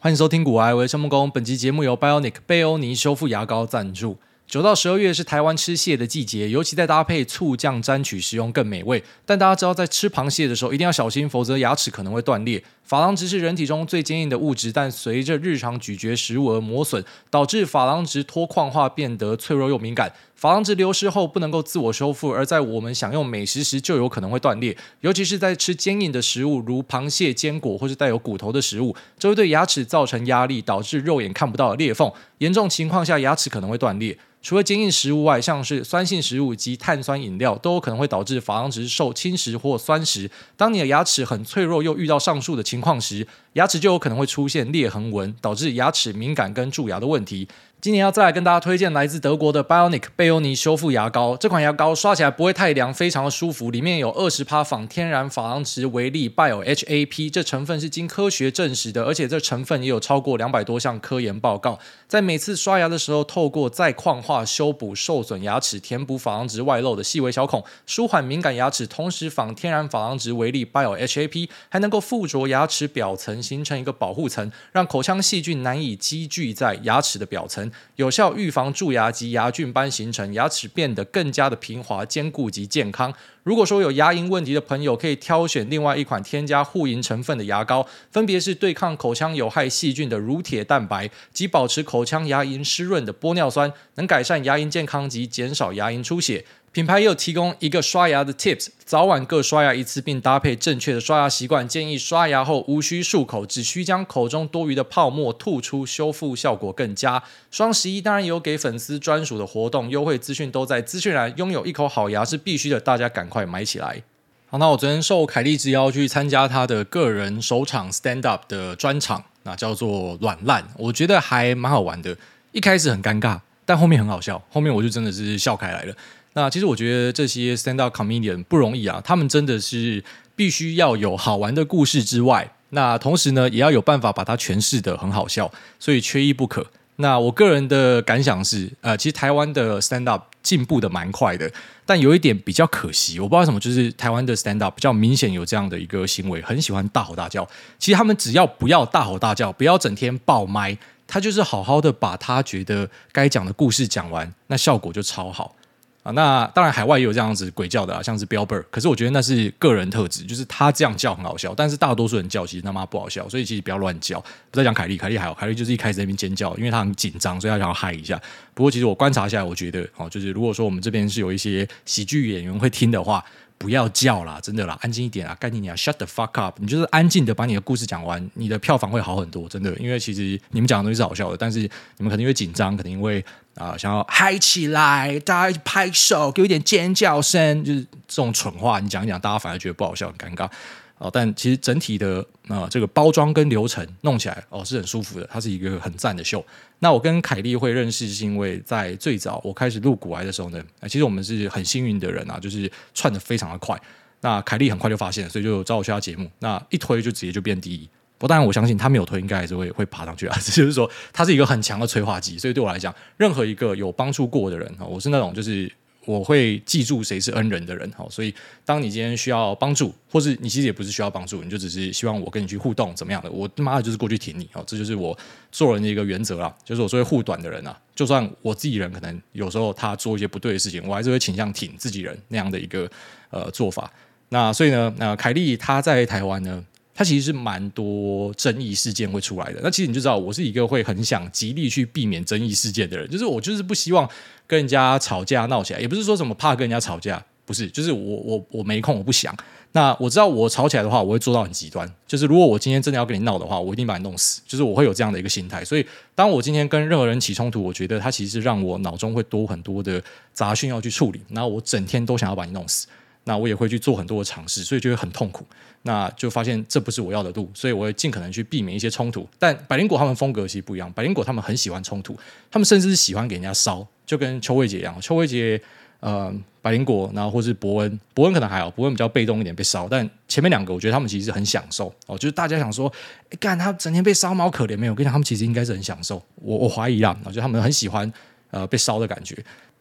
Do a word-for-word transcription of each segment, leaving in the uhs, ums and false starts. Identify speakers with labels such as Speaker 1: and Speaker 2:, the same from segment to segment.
Speaker 1: 欢迎收听股癌，我是陈木工。本期节目由 Bionic 贝欧尼修复牙膏赞助。九到十二月是台湾吃蟹的季节，尤其在搭配醋酱沾取食用更美味。但大家知道，在吃螃蟹的时候一定要小心，否则牙齿可能会断裂。珐琅质是人体中最坚硬的物质，但随着日常咀嚼食物而磨损，导致珐琅质脱矿化，变得脆弱又敏感。珐琅质流失后不能够自我修复，而在我们享用美食时就有可能会断裂，尤其是在吃坚硬的食物，如螃蟹、坚果或是带有骨头的食物，这会对牙齿造成压力，导致肉眼看不到的裂缝。严重情况下，牙齿可能会断裂。除了坚硬食物外，像是酸性食物及碳酸饮料都有可能会导致珐琅质受侵蚀或酸蚀。当你的牙齿很脆弱又遇到上述的情况时，牙齿就有可能会出现裂痕纹，导致牙齿敏感跟蛀牙的问题。今年要再来跟大家推荐来自德国的 Bionic 贝欧尼修复牙膏。这款牙膏刷起来不会太凉，非常的舒服，里面有 百分之二十 仿天然珐琅质微粒 BioHAP， 这成分是经科学证实的，而且这成分也有超过两百多项科研报告。在每次刷牙的时候，透过再矿化修补受损牙齿，填补珐琅质外露的细微小孔，舒缓敏感牙齿，同时仿天然珐琅质微粒 BioHAP 还能够附着牙齿表层，形成一个保护层，让口腔细菌难以积聚在牙齿的表层，有效预防蛀牙及牙菌斑形成，牙齿变得更加的平滑、坚固及健康。如果说有牙龈问题的朋友，可以挑选另外一款添加护龈成分的牙膏，分别是对抗口腔有害细菌的乳铁蛋白及保持口腔牙龈湿润的玻尿酸，能改善牙龈健康及减少牙龈出血。品牌也有提供一个刷牙的 tips， 早晚各刷牙一次，并搭配正确的刷牙习惯，建议刷牙后无需漱口，只需将口中多余的泡沫吐出，修复效果更佳。双十一当然也有给粉丝专属的活动，优惠资讯都在资讯栏，拥有一口好牙是必须的，大家赶快买起来。好，那我昨天受凯莉之邀去参加他的个人首场 stand up 的专场，那叫做软烂，我觉得还蛮好玩的。一开始很尴尬，但后面很好笑，后面我就真的是笑开来了。那其实我觉得这些 stand up comedian 不容易啊，他们真的是必须要有好玩的故事之外，那同时呢也要有办法把它诠释得很好笑，所以缺一不可。那我个人的感想是，呃，其实台湾的 stand up 进步的蛮快的，但有一点比较可惜，我不知道为什么，就是台湾的 stand up 比较明显有这样的一个行为，很喜欢大吼大叫。其实他们只要不要大吼大叫，不要整天爆麦，他就是好好的把他觉得该讲的故事讲完，那效果就超好。啊，那当然海外也有这样子鬼叫的啊，像是 Bill Burr， 可是我觉得那是个人特质，就是他这样叫很好笑，但是大多数人叫其实他妈不好笑，所以其实不要乱叫。不再讲凯莉，凯莉还好，凯莉就是一开始在那边尖叫，因为他很紧张，所以他想要嗨一下。不过其实我观察下来，我觉得哦，就是如果说我们这边是有一些喜剧演员会听的话，不要叫啦，真的啦，安静一点啊，干你啊 ，shut the fuck up， 你就是安静的把你的故事讲完，你的票房会好很多，真的。因为其实你们讲的东西是好笑的，但是你们可能因为紧张，可能因为啊、呃、想要嗨起来，大家一起拍手，给我一点尖叫声，就是这种蠢话，你讲一讲，大家反而觉得不好笑，很尴尬。哦，但其实整体的呃这个包装跟流程弄起来哦是很舒服的，它是一个很赞的秀。那我跟凯莉会认识是因为在最早我开始录股癌的时候呢，其实我们是很幸运的人啊，就是窜得非常的快。那凯莉很快就发现了，所以就找我去他节目，那一推就直接就变第一。不，当然我相信他没有推，应该还是会会爬上去啊。就是说，他是一个很强的催化剂，所以对我来讲，任何一个有帮助过的人，我是那种就是我会记住谁是恩人的人。所以当你今天需要帮助，或是你其实也不是需要帮助，你就只是希望我跟你去互动怎么样的，我他妈的就是过去挺你。这就是我做人的一个原则啦，就是我是会护短的人啊。就算我自己人可能有时候他做一些不对的事情，我还是会倾向挺自己人那样的一个呃做法。那所以呢，呃，凯莉她在台湾呢，它其实是蛮多争议事件会出来的。那其实你就知道，我是一个会很想极力去避免争议事件的人，就是我就是不希望跟人家吵架闹起来，也不是说什么怕跟人家吵架，不是，就是我我我没空，我不想。那我知道我吵起来的话，我会做到很极端，就是如果我今天真的要跟你闹的话，我一定把你弄死，就是我会有这样的一个心态。所以当我今天跟任何人起冲突，我觉得它其实是让我脑中会多很多的杂讯要去处理，然后我整天都想要把你弄死。那我也会去做很多的尝试，所以就会很痛苦。那就发现这不是我要的路，所以我会尽可能去避免一些冲突。但百灵果他们风格其实不一样，百灵果他们很喜欢冲突，他们甚至是喜欢给人家烧，就跟邱慧杰一样。邱慧杰、呃、百灵果，然后或是伯恩，伯恩可能还好，伯恩比较被动一点被烧，但前面两个我觉得他们其实很享受哦，就是大家想说，哎干他整天被烧毛可怜没有？我跟你讲，他们其实应该是很享受，我我怀疑啦，我觉得他们很喜欢呃被烧的感觉。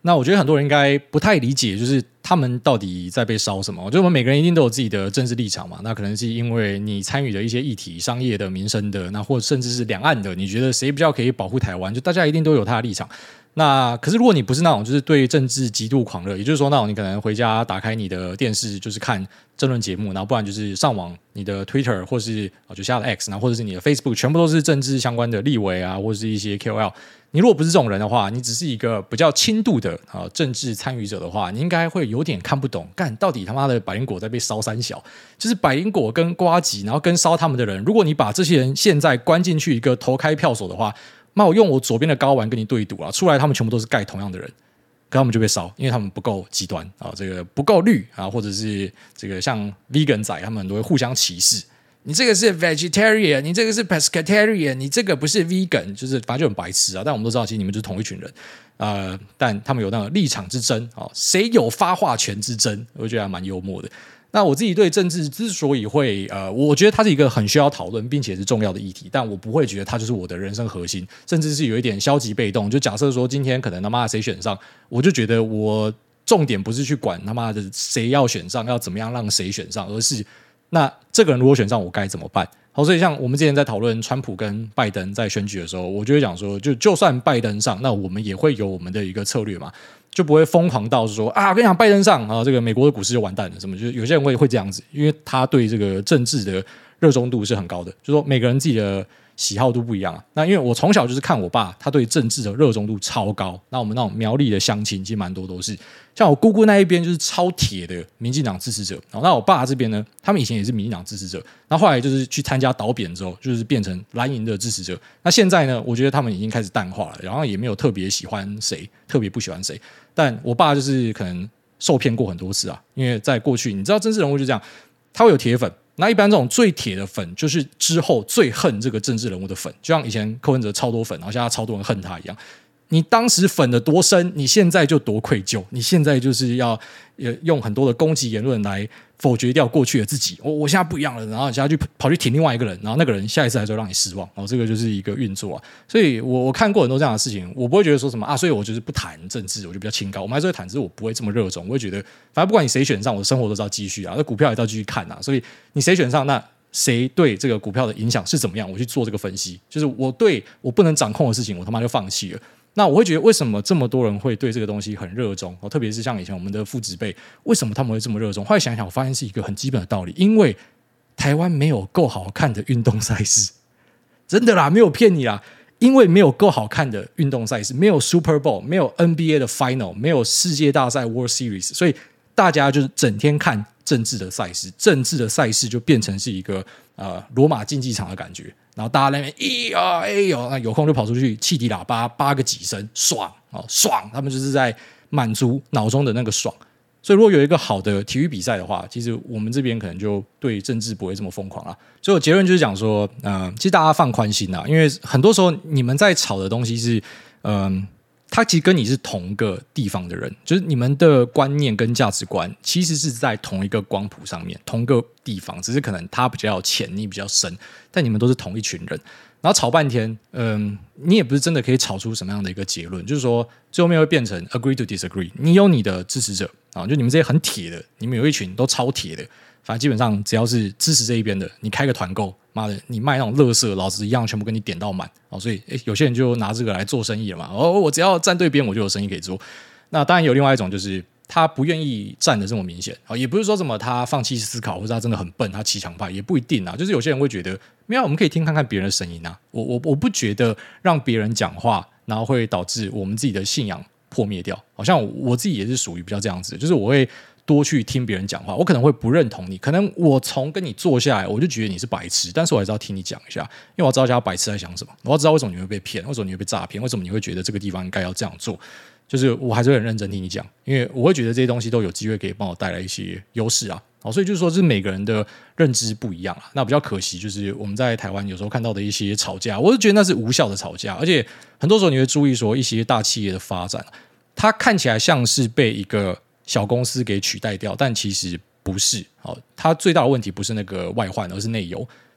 Speaker 1: 那我觉得很多人应该不太理解，就是他们到底在被烧什么。我觉得我们每个人一定都有自己的政治立场嘛，那可能是因为你参与的一些议题、商业的、民生的，那或者甚至是两岸的，你觉得谁比较可以保护台湾？就大家一定都有他的立场。那可是如果你不是那种就是对政治极度狂热，也就是说那种你可能回家打开你的电视就是看政论节目，然后不然就是上网你的 Twitter 或是就下了 X， 然后或者是你的 Facebook 全部都是政治相关的立委啊，或者是一些 K O L。你如果不是这种人的话，你只是一个比较轻度的、呃、政治参与者的话，你应该会有点看不懂，干到底他妈的百灵果在被烧三小，就是百灵果跟呱吉，然后跟烧他们的人，如果你把这些人现在关进去一个投开票所的话，那我用我左边的睾丸跟你对赌啊，出来他们全部都是盖同样的人，可他们就被烧，因为他们不够极端啊，这个不够绿啊，或者是这个像 vegan 仔，他们很多会互相歧视。你这个是 vegetarian， 你这个是 pescatarian， 你这个不是 vegan， 就是反正就很白痴啊。但我们都知道，其实你们就是同一群人，呃，但他们有那个立场之争啊，谁有发话权之争，我觉得还蛮幽默的。那我自己对政治之所以会呃，我觉得它是一个很需要讨论并且是重要的议题，但我不会觉得它就是我的人生核心，甚至是有一点消极被动。就假设说今天可能他妈的谁选上，我就觉得我重点不是去管他妈的谁要选上，要怎么样让谁选上，而是那这个人如果选上，我该怎么办？好，所以像我们之前在讨论川普跟拜登在选举的时候，我就会讲说，就就算拜登上，那我们也会有我们的一个策略嘛，就不会疯狂到说啊，我跟你讲，拜登上啊，这个美国的股市就完蛋了，什么？就是有些人会会这样子，因为他对这个政治的热衷度是很高的，就说每个人自己的喜好度不一样啊。那因为我从小就是看我爸，他对政治的热衷度超高。那我们那种苗栗的乡亲，其实蛮多都是。像我姑姑那一边就是超铁的民进党支持者，那我爸这边呢，他们以前也是民进党支持者，那后来就是去参加倒扁之后，就是变成蓝营的支持者。那现在呢，我觉得他们已经开始淡化了，然后也没有特别喜欢谁，特别不喜欢谁。但我爸就是可能受骗过很多次啊，因为在过去你知道政治人物就这样，他会有铁粉。那一般这种最铁的粉，就是之后最恨这个政治人物的粉，就像以前柯文哲超多粉，然后现在超多人恨他一样。你当时粉的多深，你现在就多愧疚。你现在就是要用很多的攻击言论来否决掉过去的自己。我我现在不一样了，然后你现在去跑去挺另外一个人，然后那个人下一次还是会让你失望。哦，这个就是一个运作啊。所以我我看过很多这样的事情，我不会觉得说什么啊，所以我就是不谈政治，我就比较清高。我们还是会谈，只是我不会这么热衷。我会觉得，反正不管你谁选上，我的生活都是要继续啊，那股票也是要继续看啊。所以你谁选上，那谁对这个股票的影响是怎么样，我去做这个分析。就是我对我不能掌控的事情，我他妈就放弃了。那我会觉得为什么这么多人会对这个东西很热衷，特别是像以前我们的父子辈，为什么他们会这么热衷？后来想想，我发现是一个很基本的道理，因为台湾没有够好看的运动赛事，真的啦，没有骗你啦，因为没有够好看的运动赛事，没有 Super Bowl， 没有 N B A 的 Final， 没有世界大赛 World Series， 所以大家就是整天看政治的赛事，政治的赛事就变成是一个呃罗马竞技场的感觉。然后大家在那边咿呀哎呦，那有空就跑出去汽笛喇叭八个几声，爽哦爽！他们就是在满足脑中的那个爽。所以如果有一个好的体育比赛的话，其实我们这边可能就对政治不会这么疯狂了。所以我结论就是讲说，呃，其实大家放宽心啦，因为很多时候你们在吵的东西是，嗯、呃。他其实跟你是同个地方的人，就是你们的观念跟价值观其实是在同一个光谱上面，同个地方，只是可能他比较浅，你比较深，但你们都是同一群人。然后吵半天，嗯，你也不是真的可以吵出什么样的一个结论，就是说最后面会变成 agree to disagree。你有你的支持者啊，就你们这些很铁的，你们有一群都超铁的，反正基本上只要是支持这一边的，你开个团购，妈的，你卖那种垃圾，老子一样全部跟你点到满哦。所以诶有些人就拿这个来做生意了嘛。哦，我只要站对边，我就有生意可以做。那当然有另外一种，就是他不愿意站得这么明显啊，也不是说什么他放弃思考，或者他真的很笨，他骑墙派也不一定啊。就是有些人会觉得，没有，我们可以听看看别人的声音啊。我我我不觉得让别人讲话，然后会导致我们自己的信仰破灭掉。好像我自己也是属于比较这样子的，就是我会多去听别人讲话，我可能会不认同你，可能我从跟你坐下来，我就觉得你是白痴，但是我还是要听你讲一下，因为我要知道一下白痴在想什么，我要知道为什么你会被骗，为什么你会被诈骗，为什么你会觉得这个地方应该要这样做。就是我还是会很认真听你讲，因为我会觉得这些东西都有机会可以帮我带来一些优势啊。好，所以就是说，是每个人的认知不一样啊。那比较可惜，就是我们在台湾有时候看到的一些吵架，我是觉得那是无效的吵架，而且很多时候你会注意说，一些大企业的发展，它看起来像是被一个小公司给取代掉，但其实不是。好，它最大的问题不是那个外患，而是内忧。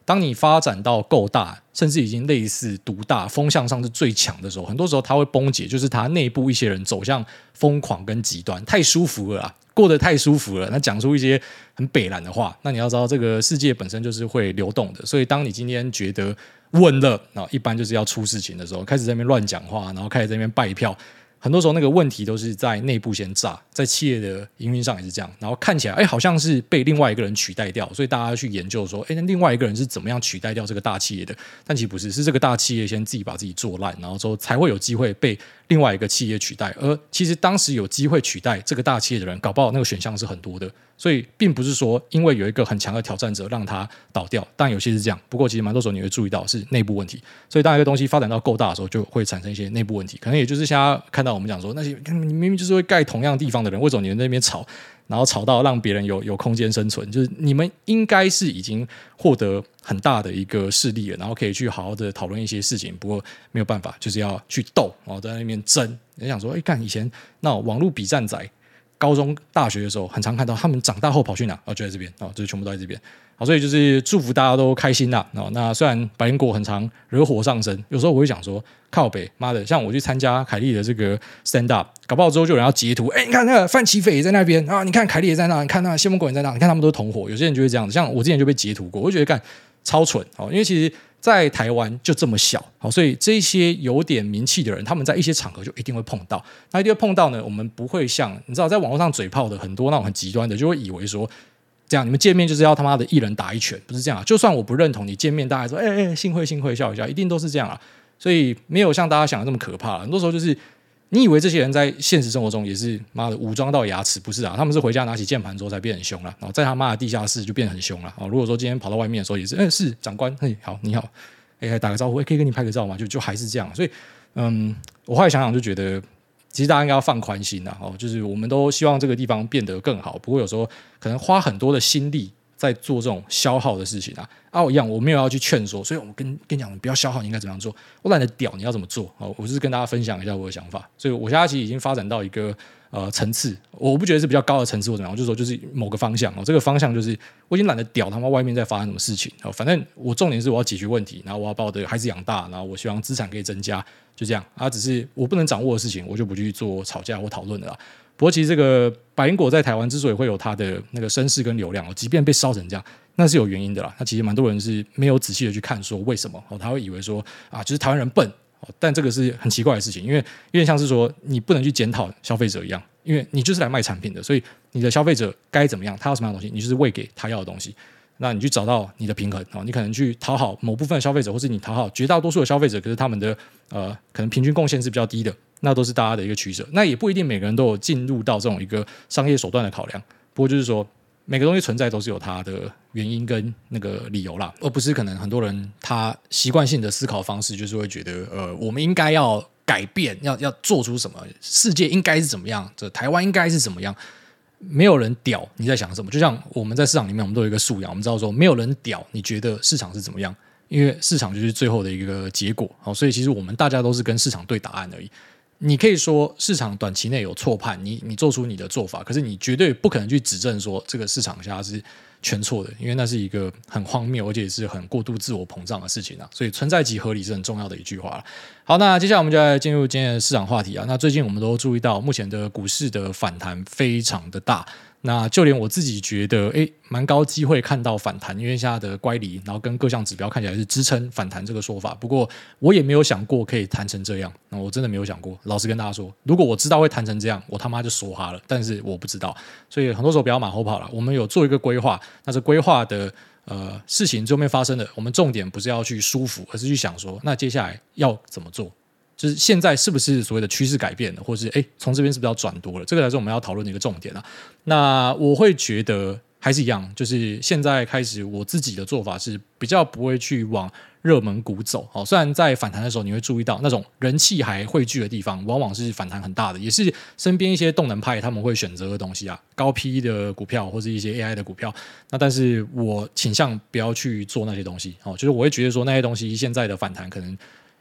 Speaker 1: 当你发展到够大，甚至已经类似独大，风向上是最强的时候，很多时候它会崩解，就是它内部一些人走向疯狂跟极端，太舒服了啦，过得太舒服了，那讲出一些很北蓝的话，那你要知道这个世界本身就是会流动的，所以当你今天觉得稳了，一般就是要出事情的时候，开始在那边乱讲话，然后开始在那边拜票。很多时候那个问题都是在内部先炸，在企业的营运上也是这样，然后看起来哎好像是被另外一个人取代掉，所以大家去研究说，哎那另外一个人是怎么样取代掉这个大企业的？但其实不是，是这个大企业先自己把自己做烂，然后之后才会有机会被另外一个企业取代。而其实当时有机会取代这个大企业的人，搞不好那个选项是很多的，所以并不是说因为有一个很强的挑战者让他倒掉，但有些是这样。不过其实蛮多时候你会注意到是内部问题，所以当一个东西发展到够大的时候，就会产生一些内部问题，可能也就是现在看到我们讲说那些你明明就是会盖同样地方的人，为什么你们在那边吵，然后吵到让别人有有空间生存？就是你们应该是已经获得很大的一个势力了，然后可以去好好的讨论一些事情。不过没有办法，就是要去斗，然后在那边争。你想说，哎，干以前那网络比战仔，高中、大学的时候，很常看到他们长大后跑去哪？哦，就在这边，哦，就是全部都在这边。好，所以就是祝福大家都开心啦。哦，那虽然百灵果很常惹火上身，有时候我会想说，靠北，妈的，像我去参加凯莉的这个 stand up， 搞不好之后就有人要截图，哎，你看那个范琪斐也在那边啊，你看凯莉也在那，你看那谢梦果也在那，你看他们都是同伙，有些人就会这样子。像我之前就被截图过，我就觉得干超蠢哦，因为其实在台湾就这么小，好，所以这些有点名气的人，他们在一些场合就一定会碰到。那一定会碰到呢，我们不会像你知道，在网络上嘴炮的很多那种很极端的，就会以为说。这样你们见面就是要他妈的一人打一拳，不是这样啊！就算我不认同你见面，大家说哎哎，幸会幸会笑一笑，一定都是这样啊！所以没有像大家想的这么可怕。很多时候就是你以为这些人在现实生活中也是妈的武装到牙齿，不是啊？他们是回家拿起键盘之后才变很凶了，然后在他妈的地下室就变很凶了。哦，如果说今天跑到外面的时候也是，哎是长官，嘿好你好，哎打个招呼，哎可以跟你拍个照吗？就就还是这样。所以嗯，我后来想想就觉得。其实大家应该要放宽心啦，哦，就是我们都希望这个地方变得更好。不过有时候可能花很多的心力在做这种消耗的事情啊。啊，我一样，我没有要去劝说，所以我跟跟你讲，你不要消耗，你应该怎么样做？我懒得屌，你要怎么做？哦，我就是跟大家分享一下我的想法。所以我现在其实已经发展到一个呃层次，我不觉得是比较高的层次或怎么样，我就说就是某个方向哦，这个方向就是我已经懒得屌他妈外面在发生什么事情哦，反正我重点是我要解决问题，然后我要把我的孩子养大，然后我希望资产可以增加。就这样啊，只是我不能掌握的事情，我就不去做吵架或讨论了啦。不过其实这个百灵果在台湾之所以会有它的那个声势跟流量，即便被烧成这样，那是有原因的啦。那其实蛮多人是没有仔细的去看说为什么哦，他会以为说啊，就是台湾人笨哦，但这个是很奇怪的事情，因为有点像是说你不能去检讨消费者一样，因为你就是来卖产品的，所以你的消费者该怎么样，他要什么样的东西，你就是喂给他要的东西。那你去找到你的平衡，你可能去讨好某部分的消费者，或是你讨好绝大多数的消费者，可是他们的呃可能平均贡献是比较低的，那都是大家的一个取舍。那也不一定每个人都有进入到这种一个商业手段的考量，不过就是说每个东西存在都是有它的原因跟那个理由啦，而不是可能很多人他习惯性的思考方式就是会觉得呃我们应该要改变，要要做出什么，世界应该是怎么样，这台湾应该是怎么样。没有人屌你在想什么，就像我们在市场里面，我们都有一个素养，我们知道说没有人屌你觉得市场是怎么样，因为市场就是最后的一个结果。好，所以其实我们大家都是跟市场对答案而已。你可以说市场短期内有错判，你你做出你的做法，可是你绝对不可能去指证说这个市场下是全错的，因为那是一个很荒谬而且是很过度自我膨胀的事情啊。所以存在即合理是很重要的一句话了。好，那接下来我们就来进入今天的市场话题啊。那最近我们都注意到，目前的股市的反弹非常的大。那就连我自己觉得，诶，蛮高机会看到反弹，因为现在的乖离，然后跟各项指标看起来是支撑反弹这个说法。不过我也没有想过可以弹成这样，那我真的没有想过。老实跟大家说，如果我知道会弹成这样，我他妈就说哈了。但是我不知道，所以很多时候不要马后炮了。我们有做一个规划，那这规划的呃事情最后面发生的，我们重点不是要去舒服，而是去想说，那接下来要怎么做。就是现在是不是所谓的趋势改变了，或是哎从这边是不是要转多了？这个才是我们要讨论的一个重点啊。那我会觉得还是一样，就是现在开始我自己的做法是比较不会去往热门股走。好，虽然在反弹的时候你会注意到那种人气还汇聚的地方，往往是反弹很大的，也是身边一些动能派他们会选择的东西啊，高 P E 的股票或是一些 A I 的股票。那但是我倾向不要去做那些东西。好，就是我会觉得说那些东西现在的反弹可能。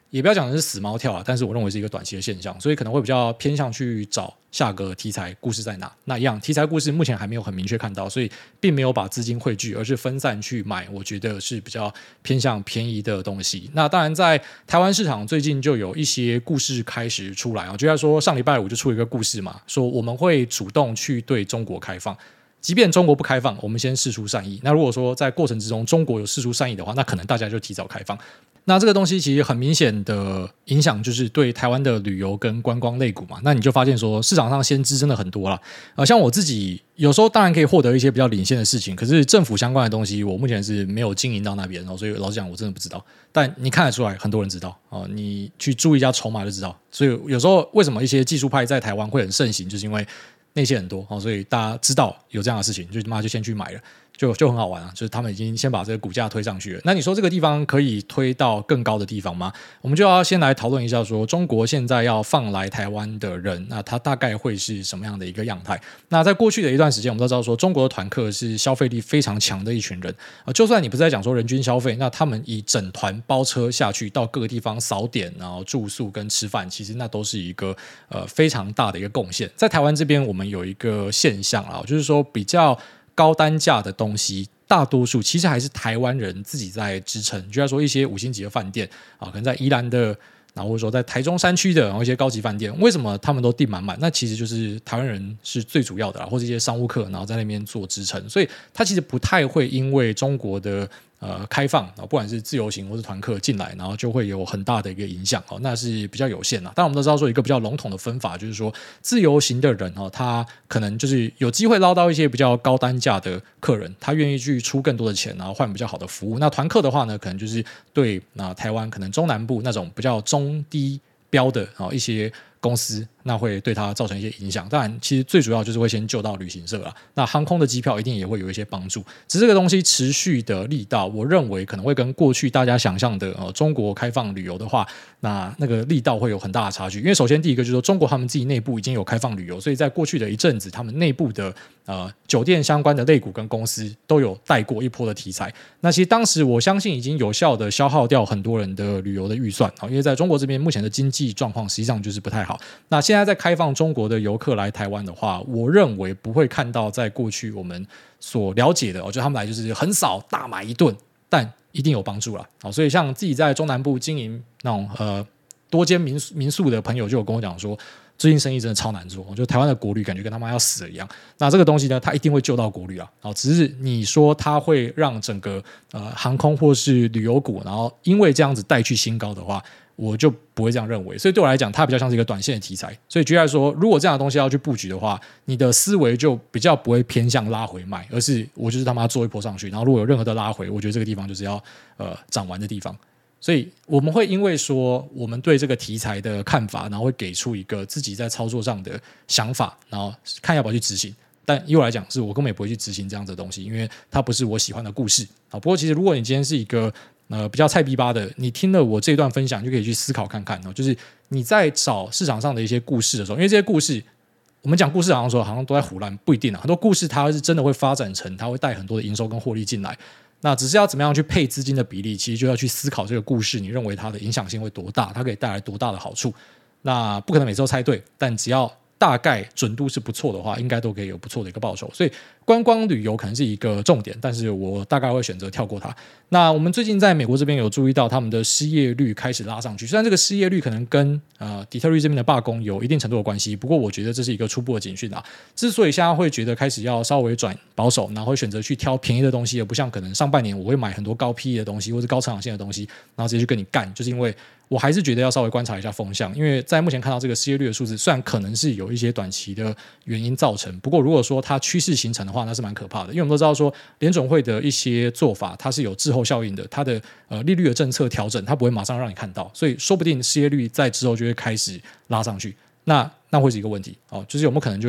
Speaker 1: 也不要讲的是死猫跳啊，但是我认为是一个短期的现象，所以可能会比较偏向去找下个题材故事在哪。那一样题材故事目前还没有很明确看到，所以并没有把资金汇聚，而是分散去买，我觉得是比较偏向便宜的东西。那当然在台湾市场最近就有一些故事开始出来啊，就像说上礼拜五就出一个故事嘛，说我们会主动去对中国开放，即便中国不开放，我们先释出善意。那如果说在过程之中中国有释出善意的话，那可能大家就提早开放。那这个东西其实很明显的影响就是对台湾的旅游跟观光类股嘛，那你就发现说市场上先知真的很多啦、呃、像我自己有时候当然可以获得一些比较领先的事情，可是政府相关的东西我目前是没有经营到那边、哦、所以老实讲我真的不知道，但你看得出来很多人知道、哦、你去注意一下筹码就知道。所以有时候为什么一些技术派在台湾会很盛行，就是因为内线很多、哦、所以大家知道有这样的事情就妈就先去买了，就就很好玩啊，就是他们已经先把这个股价推上去了。那你说这个地方可以推到更高的地方吗？我们就要先来讨论一下说中国现在要放来台湾的人，那他大概会是什么样的一个样态。那在过去的一段时间我们都知道说中国的团客是消费力非常强的一群人、呃、就算你不是在讲说人均消费，那他们以整团包车下去到各个地方扫点然后住宿跟吃饭，其实那都是一个呃非常大的一个贡献。在台湾这边我们有一个现象啊，就是说比较高单价的东西大多数其实还是台湾人自己在支撑，就像说一些五星级的饭店啊，可能在宜兰的，然后或者说在台中山区的，然后一些高级饭店，为什么他们都订满满？那其实就是台湾人是最主要的啦，或者一些商务客，然后在那边做支撑，所以它其实不太会因为中国的呃开放，不管是自由行或是团客进来，然后就会有很大的一个影响、哦、那是比较有限啦。但我们都知道说一个比较笼统的分法，就是说自由行的人、哦、他可能就是有机会捞到一些比较高单价的客人，他愿意去出更多的钱，然后换比较好的服务。那团客的话呢，可能就是对、呃、台湾可能中南部那种比较中低标的、哦、一些公司，那会对它造成一些影响。当然其实最主要就是会先救到旅行社啦，那航空的机票一定也会有一些帮助，只是这个东西持续的力道我认为可能会跟过去大家想象的、呃、中国开放旅游的话，那那个力道会有很大的差距。因为首先第一个就是说中国他们自己内部已经有开放旅游，所以在过去的一阵子他们内部的呃酒店相关的类股跟公司都有带过一波的题材。那其实当时我相信已经有效的消耗掉很多人的旅游的预算，因为在中国这边目前的经济状况实际上就是不太好。那现在在开放中国的游客来台湾的话，我认为不会看到在过去我们所了解的，我觉得他们来就是很少大买一顿，但一定有帮助啦。所以像自己在中南部经营那种呃多间民宿民宿的朋友就有跟我讲说，最近生意真的超难做，就台湾的国旅感觉跟他妈要死了一样。那这个东西呢，它一定会救到国旅啊，只是你说它会让整个呃航空或是旅游股，然后因为这样子带去新高的话，我就不会这样认为。所以对我来讲，它比较像是一个短线的题材。所以举例来说，如果这样的东西要去布局的话，你的思维就比较不会偏向拉回买，而是我就是他妈做一波上去，然后如果有任何的拉回，我觉得这个地方就是要呃涨完的地方。所以我们会因为说我们对这个题材的看法，然后会给出一个自己在操作上的想法，然后看要不要去执行。但以我来讲，是我根本也不会去执行这样子的东西，因为它不是我喜欢的故事啊。不过其实如果你今天是一个呃比较菜逼吧的，你听了我这段分享就可以去思考看看、哦、就是你在找市场上的一些故事的时候，因为这些故事我们讲故事好像说好像都在唬烂，不一定啊。很多故事它是真的会发展成，它会带很多的营收跟获利进来。那只是要怎么样去配资金的比例，其实就要去思考这个故事你认为它的影响性会多大，它可以带来多大的好处。那不可能每次都猜对，但只要大概准度是不错的话，应该都可以有不错的一个报酬。所以观光旅游可能是一个重点，但是我大概会选择跳过它。那我们最近在美国这边有注意到他们的失业率开始拉上去，虽然这个失业率可能跟呃底特律这边的罢工有一定程度的关系，不过我觉得这是一个初步的警讯啊。之所以现在会觉得开始要稍微转保守，然后会选择去挑便宜的东西，而不像可能上半年我会买很多高 P E 的东西或者高成长性的东西，然后直接去跟你干，就是因为我还是觉得要稍微观察一下风向。因为在目前看到这个失业率的数字，虽然可能是有一些短期的原因造成，不过如果说它趋势形成的话，那是蛮可怕的。因为我们都知道说联准会的一些做法它是有滞后效应的，它的呃利率的政策调整它不会马上让你看到，所以说不定失业率在之后就会开始拉上去，那那会是一个问题、哦、就是有没有可能就会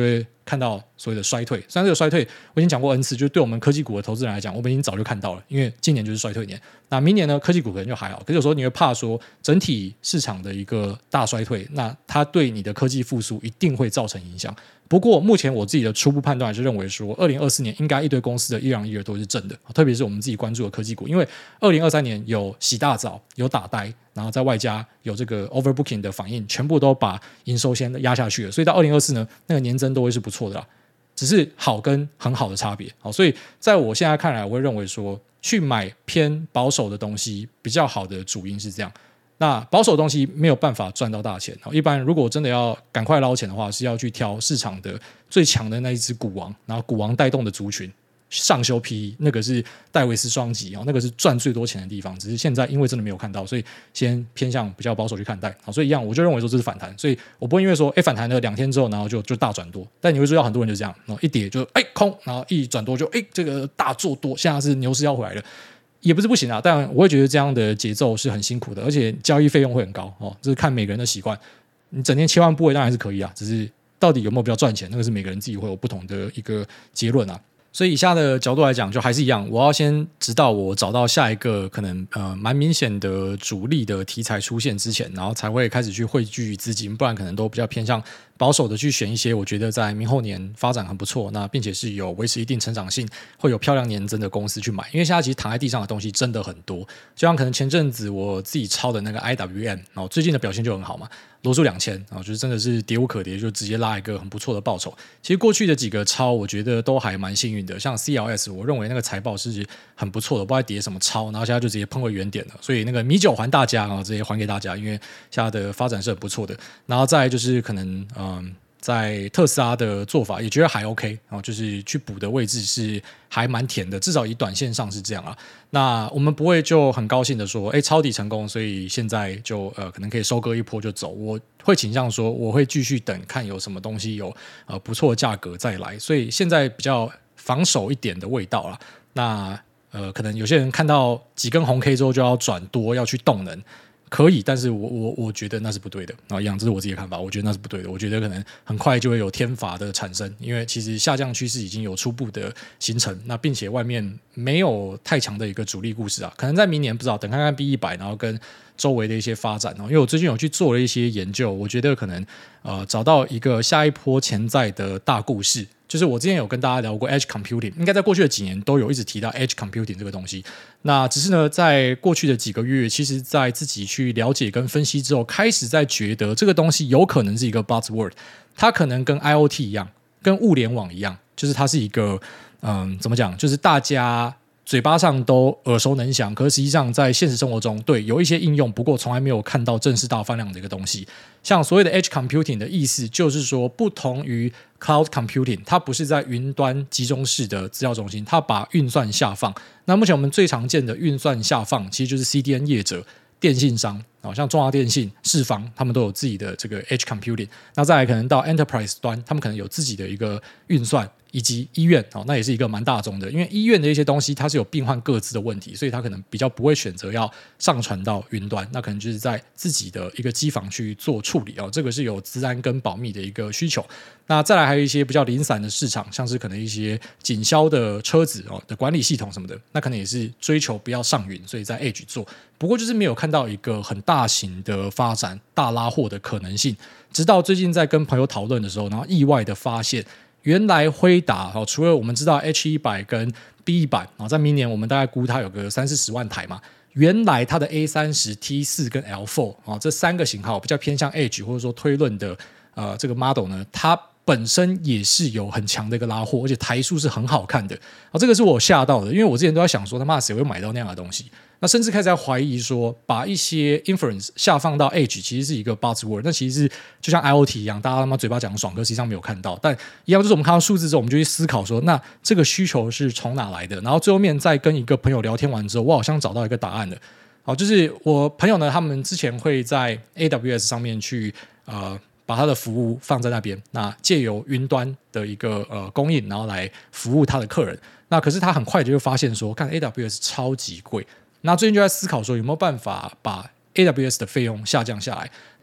Speaker 1: 看到所谓的衰退。虽然这个衰退我已经讲过 N 次，就是对我们科技股的投资人来讲，我们已经早就看到了，因为今年就是衰退年。那明年呢，科技股可能就还好，可是有时候你会怕说整体市场的一个大衰退，那它对你的科技复苏一定会造成影响。不过目前我自己的初步判断还是认为说，二零二四年应该一堆公司的 year on year 都是正的，特别是我们自己关注的科技股，因为二零二三年有洗大澡，有打呆，然后在外加有这个 overbooking 的反应，全部都把营收先压下去了，所以到二零二四呢，那个年增都会是不错的啦，只是好跟很好的差别。好，所以在我现在看来，我会认为说，去买偏保守的东西比较好的主因是这样。那保守的东西没有办法赚到大钱，一般如果真的要赶快捞钱的话，是要去挑市场的最强的那一只股王，然后股王带动的族群上修 P E， 那个是戴维斯双击，那个是赚最多钱的地方，只是现在因为真的没有看到，所以先偏向比较保守去看待。好，所以一样我就认为说这是反弹，所以我不会因为说哎反弹了两天之后然后就就大转多，但你会注意到很多人就这样，然后一跌就哎空，然后一转多就哎这个大做多，现在是牛市要回来了。也不是不行啊，但我会觉得这样的节奏是很辛苦的，而且交易费用会很高哦，这是看每个人的习惯。你整天切换部位当然是可以啊，只是到底有没有比较赚钱，那个是每个人自己会有不同的一个结论啊。所以以下的角度来讲，就还是一样，我要先直到我找到下一个可能呃蛮明显的主力的题材出现之前，然后才会开始去汇聚资金，不然可能都比较偏向保守的去选一些我觉得在明后年发展很不错，那并且是有维持一定成长性，会有漂亮年增的公司去买。因为现在其实躺在地上的东西真的很多，就像可能前阵子我自己抄的那个 I W M， 然后最近的表现就很好嘛。罗素两千啊，就是真的是跌无可跌，就直接拉一个很不错的报酬。其实过去的几个超，我觉得都还蛮幸运的，像 C L S， 我认为那个财报是很不错的，不知道跌什么超，然后现在就直接喷回原点了。所以那个米酒还大家啊，直接还给大家，因为现在的发展是很不错的。然后再来就是可能嗯。在特斯拉的做法也觉得还 OK， 然后就是去补的位置是还蛮甜的，至少以短线上是这样啊。那我们不会就很高兴的说，哎，抄底成功，所以现在就呃可能可以收割一波就走。我会倾向说，我会继续等，看有什么东西有呃不错的价格再来。所以现在比较防守一点的味道啦。那呃可能有些人看到几根红 K 之后就要转多，要去动能。可以，但是我我我觉得那是不对的啊，一样，这是我自己的看法，我觉得那是不对的。我觉得可能很快就会有天罚的产生，因为其实下降趋势已经有初步的形成，那并且外面没有太强的一个主力故事啊，可能在明年不知道，等看看 B 一百，然后跟周围的一些发展哦。因为我最近有去做了一些研究，我觉得可能呃找到一个下一波潜在的大故事。就是我之前有跟大家聊过 Edge Computing， 应该在过去的几年都有一直提到 Edge Computing 这个东西。那只是呢，在过去的几个月，其实在自己去了解跟分析之后，开始在觉得这个东西有可能是一个 buzzword， 它可能跟 I O T 一样，跟物联网一样，就是它是一个嗯，怎么讲，就是大家嘴巴上都耳熟能详，可是实际上在现实生活中，对有一些应用，不过从来没有看到正式大放量的一个东西。像所谓的 Edge Computing 的意思，就是说不同于 Cloud Computing， 它不是在云端集中式的资料中心，它把运算下放。那目前我们最常见的运算下放，其实就是 C D N 业者、电信商，像中华电信、世芳，他们都有自己的这个 Edge Computing。那再来可能到 Enterprise 端，他们可能有自己的一个运算。以及医院，那也是一个蛮大众的，因为医院的一些东西它是有病患各自的问题，所以它可能比较不会选择要上传到云端，那可能就是在自己的一个机房去做处理，这个是有资安跟保密的一个需求。那再来还有一些比较零散的市场，像是可能一些警消的车子的管理系统什么的，那可能也是追求不要上云，所以在 Edge 做，不过就是没有看到一个很大型的发展、大拉货的可能性。直到最近在跟朋友讨论的时候，然后意外的发现。原来辉达除了我们知道 H 一百 跟 B 一百，在明年我们大概估它有个三四十万台嘛，原来它的 A 三十、T 四 跟 L 四 这三个型号比较偏向 Edge 或者说推论的呃这个 model 呢，它本身也是有很强的一个拉货，而且台数是很好看的，这个是我吓到的，因为我之前都在想说他妈谁会买到那样的东西，那甚至开始在怀疑说把一些 inference 下放到 Edge 其实是一个 buzzword， 那其实是就像 I O T 一样，大家他妈嘴巴讲爽，可实际上没有看到，但一样就是我们看到数字之后，我们就去思考说那这个需求是从哪来的，然后最后面再跟一个朋友聊天完之后，我好像找到一个答案了。好，就是我朋友呢，他们之前会在 A W S 上面去呃把他的服务放在那边，那借由云端的一个呃供应，然后来服务他的客人。那可是他很快就会发现说，看 A W S 超级贵。那最近就在思考说，有没有办法把 A W S 的费用下降下来？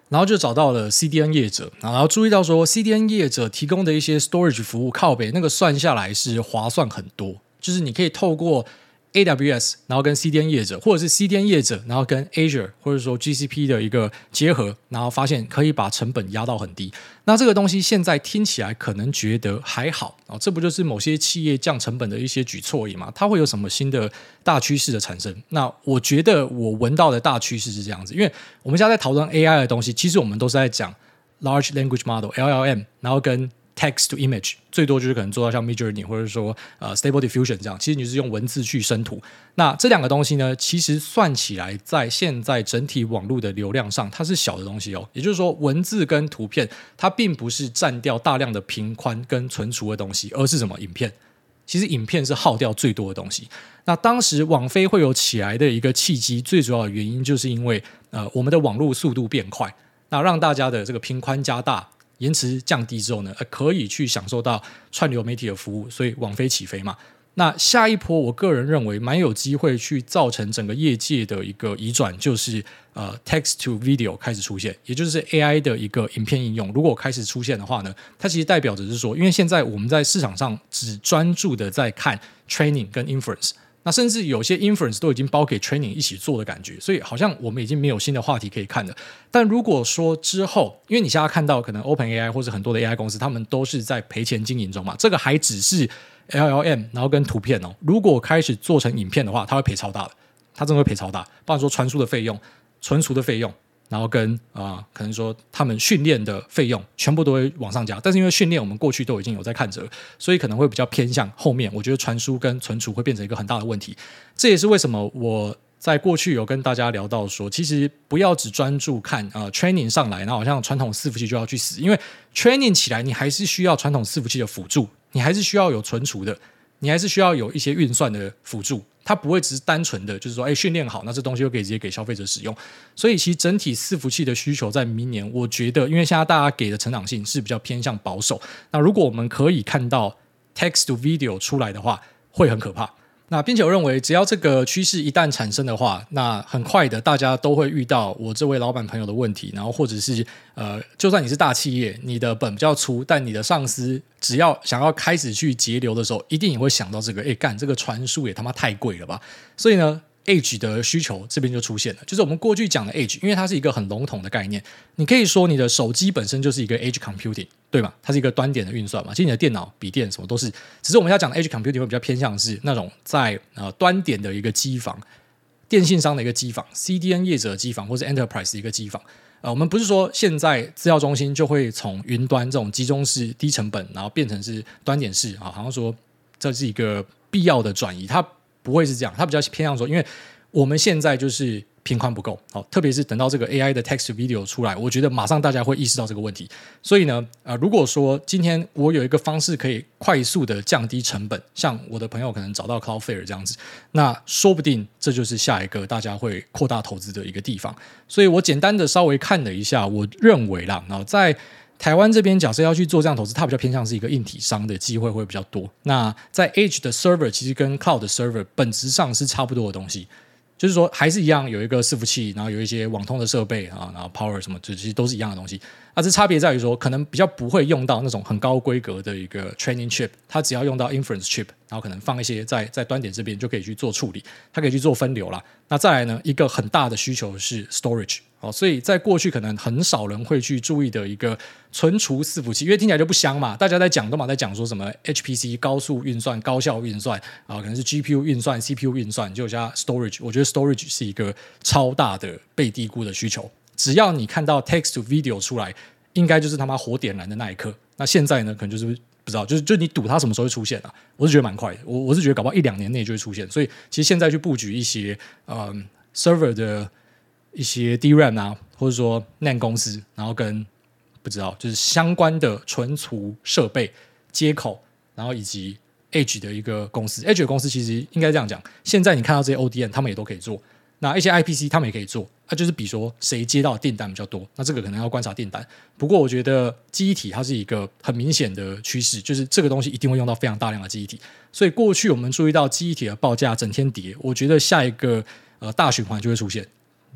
Speaker 1: 然后就找到了 C D N 业者，然后注意到说 C D N 业者提供的一些 storage 服务靠北那个算下来是划算很多，就是你可以透过 A W S 然后跟 C D N 业者，或者是 C D N 业者然后跟 Azure 或者说 G C P 的一个结合，然后发现可以把成本压到很低。那这个东西现在听起来可能觉得还好，哦，这不就是某些企业降成本的一些举措而已嘛？它会有什么新的大趋势的产生？那我觉得我闻到的大趋势是这样子，因为我们现在在讨论 A I 的东西，其实我们都是在讲 Large Language Model L L M， 然后跟Text to Image， 最多就是可能做到像 Midjourney 或者说呃 Stable Diffusion 这样，其实你是用文字去生图。那这两个东西呢，其实算起来在现在整体网络的流量上，它是小的东西哦。也就是说，文字跟图片它并不是占掉大量的频宽跟存储的东西，而是什么？影片。其实影片是耗掉最多的东西。那当时网飞会有起来的一个契机，最主要的原因就是因为呃我们的网络速度变快，那让大家的这个频宽加大。延迟降低之后呢，可以去享受到串流媒体的服务，所以网飞起飞嘛。那下一波，我个人认为蛮有机会去造成整个业界的一个移转，就是呃 text to video 开始出现，也就是 A I 的一个影片应用。如果开始出现的话呢，它其实代表着是说，因为现在我们在市场上只专注的在看 training 跟 inference。那甚至有些 inference 都已经包给 training 一起做的感觉，所以好像我们已经没有新的话题可以看了。但如果说之后，因为你现在看到可能 OpenAI 或者很多的 A I 公司，他们都是在赔钱经营中嘛，这个还只是 L L M， 然后跟图片哦。如果开始做成影片的话，它会赔超大的，它真的会赔超大，包括说传输的费用、存储的费用。然后跟啊、呃，可能说他们训练的费用全部都会往上加，但是因为训练我们过去都已经有在看着，所以可能会比较偏向后面。我觉得传输跟存储会变成一个很大的问题，这也是为什么我在过去有跟大家聊到说，其实不要只专注看呃 training 上来，然后好像传统伺服器就要去死，因为 training 起来你还是需要传统伺服器的辅助，你还是需要有存储的，你还是需要有一些运算的辅助。它不会只是单纯的就是说，哎，训练好，那这东西就可以直接给消费者使用。所以其实整体伺服器的需求在明年，我觉得，因为现在大家给的成长性是比较偏向保守。那如果我们可以看到 text to video 出来的话，会很可怕。那并且我认为，只要这个趋势一旦产生的话，那很快的大家都会遇到我这位老板朋友的问题，然后或者是呃，就算你是大企业，你的本比较粗，但你的上司只要想要开始去节流的时候，一定也会想到这个，哎，干这个传输也他妈太贵了吧？所以呢。Edge 的需求这边就出现了，就是我们过去讲的 Edge， 因为它是一个很笼统的概念，你可以说你的手机本身就是一个 Edge Computing， 对吗？它是一个端点的运算嘛，其实你的电脑、笔电什么都是，只是我们要讲的 Edge Computing 会比较偏向是那种在呃端点的一个机房，电信商的一个机房 ，C D N 业者的机房，或是 Enterprise 的一个机房。呃，我们不是说现在资料中心就会从云端这种集中式低成本，然后变成是端点式啊，好像说这是一个必要的转移，它。不会是这样，它比较偏向说，因为我们现在就是频宽不够，好，特别是等到这个 A I 的 text to video 出来，我觉得马上大家会意识到这个问题。所以呢，呃，如果说今天我有一个方式可以快速的降低成本，像我的朋友可能找到 Cloudflare 这样子，那说不定这就是下一个大家会扩大投资的一个地方。所以我简单的稍微看了一下，我认为啦，然后在台湾这边假设要去做这样投资，它比较偏向是一个硬体商的机会会比较多。那在 Edge 的 server 其实跟 Cloud 的 server 本质上是差不多的东西，就是说还是一样有一个伺服器，然后有一些网通的设备啊，然后 power 什么，这其实都是一样的东西。那这差别在于说，可能比较不会用到那种很高规格的一个 training chip， 它只要用到 inference chip， 然后可能放一些在在端点这边就可以去做处理，它可以去做分流啦。那再来呢，一个很大的需求是 storage。哦，所以在过去可能很少人会去注意的一个存储伺服器，因为听起来就不香嘛，大家在讲都嘛在讲说什么 H P C 高速运算、高效运算啊，可能是 G P U 运算、C P U 运算，就加 storage。我觉得 storage 是一个超大的被低估的需求。只要你看到 text to video 出来，应该就是他妈火点燃的那一刻。那现在呢，可能就是不知道，就是就你赌它什么时候会出现啊？我是觉得蛮快的，我我是觉得搞不好一两年内就会出现。所以其实现在去布局一些嗯 server 的。一些 D RAM 啊，或者说 N A N D 公司，然后跟不知道就是相关的存储设备接口，然后以及 Edge 的一个公司 ，Edge 的公司其实应该这样讲，现在你看到这些 O D M 他们也都可以做，那一些 I P C 他们也可以做，那、啊、就是比说谁接到的订单比较多，那这个可能要观察订单。不过我觉得记忆体它是一个很明显的趋势，就是这个东西一定会用到非常大量的记忆体，所以过去我们注意到记忆体的报价整天跌，我觉得下一个呃大循环就会出现。就是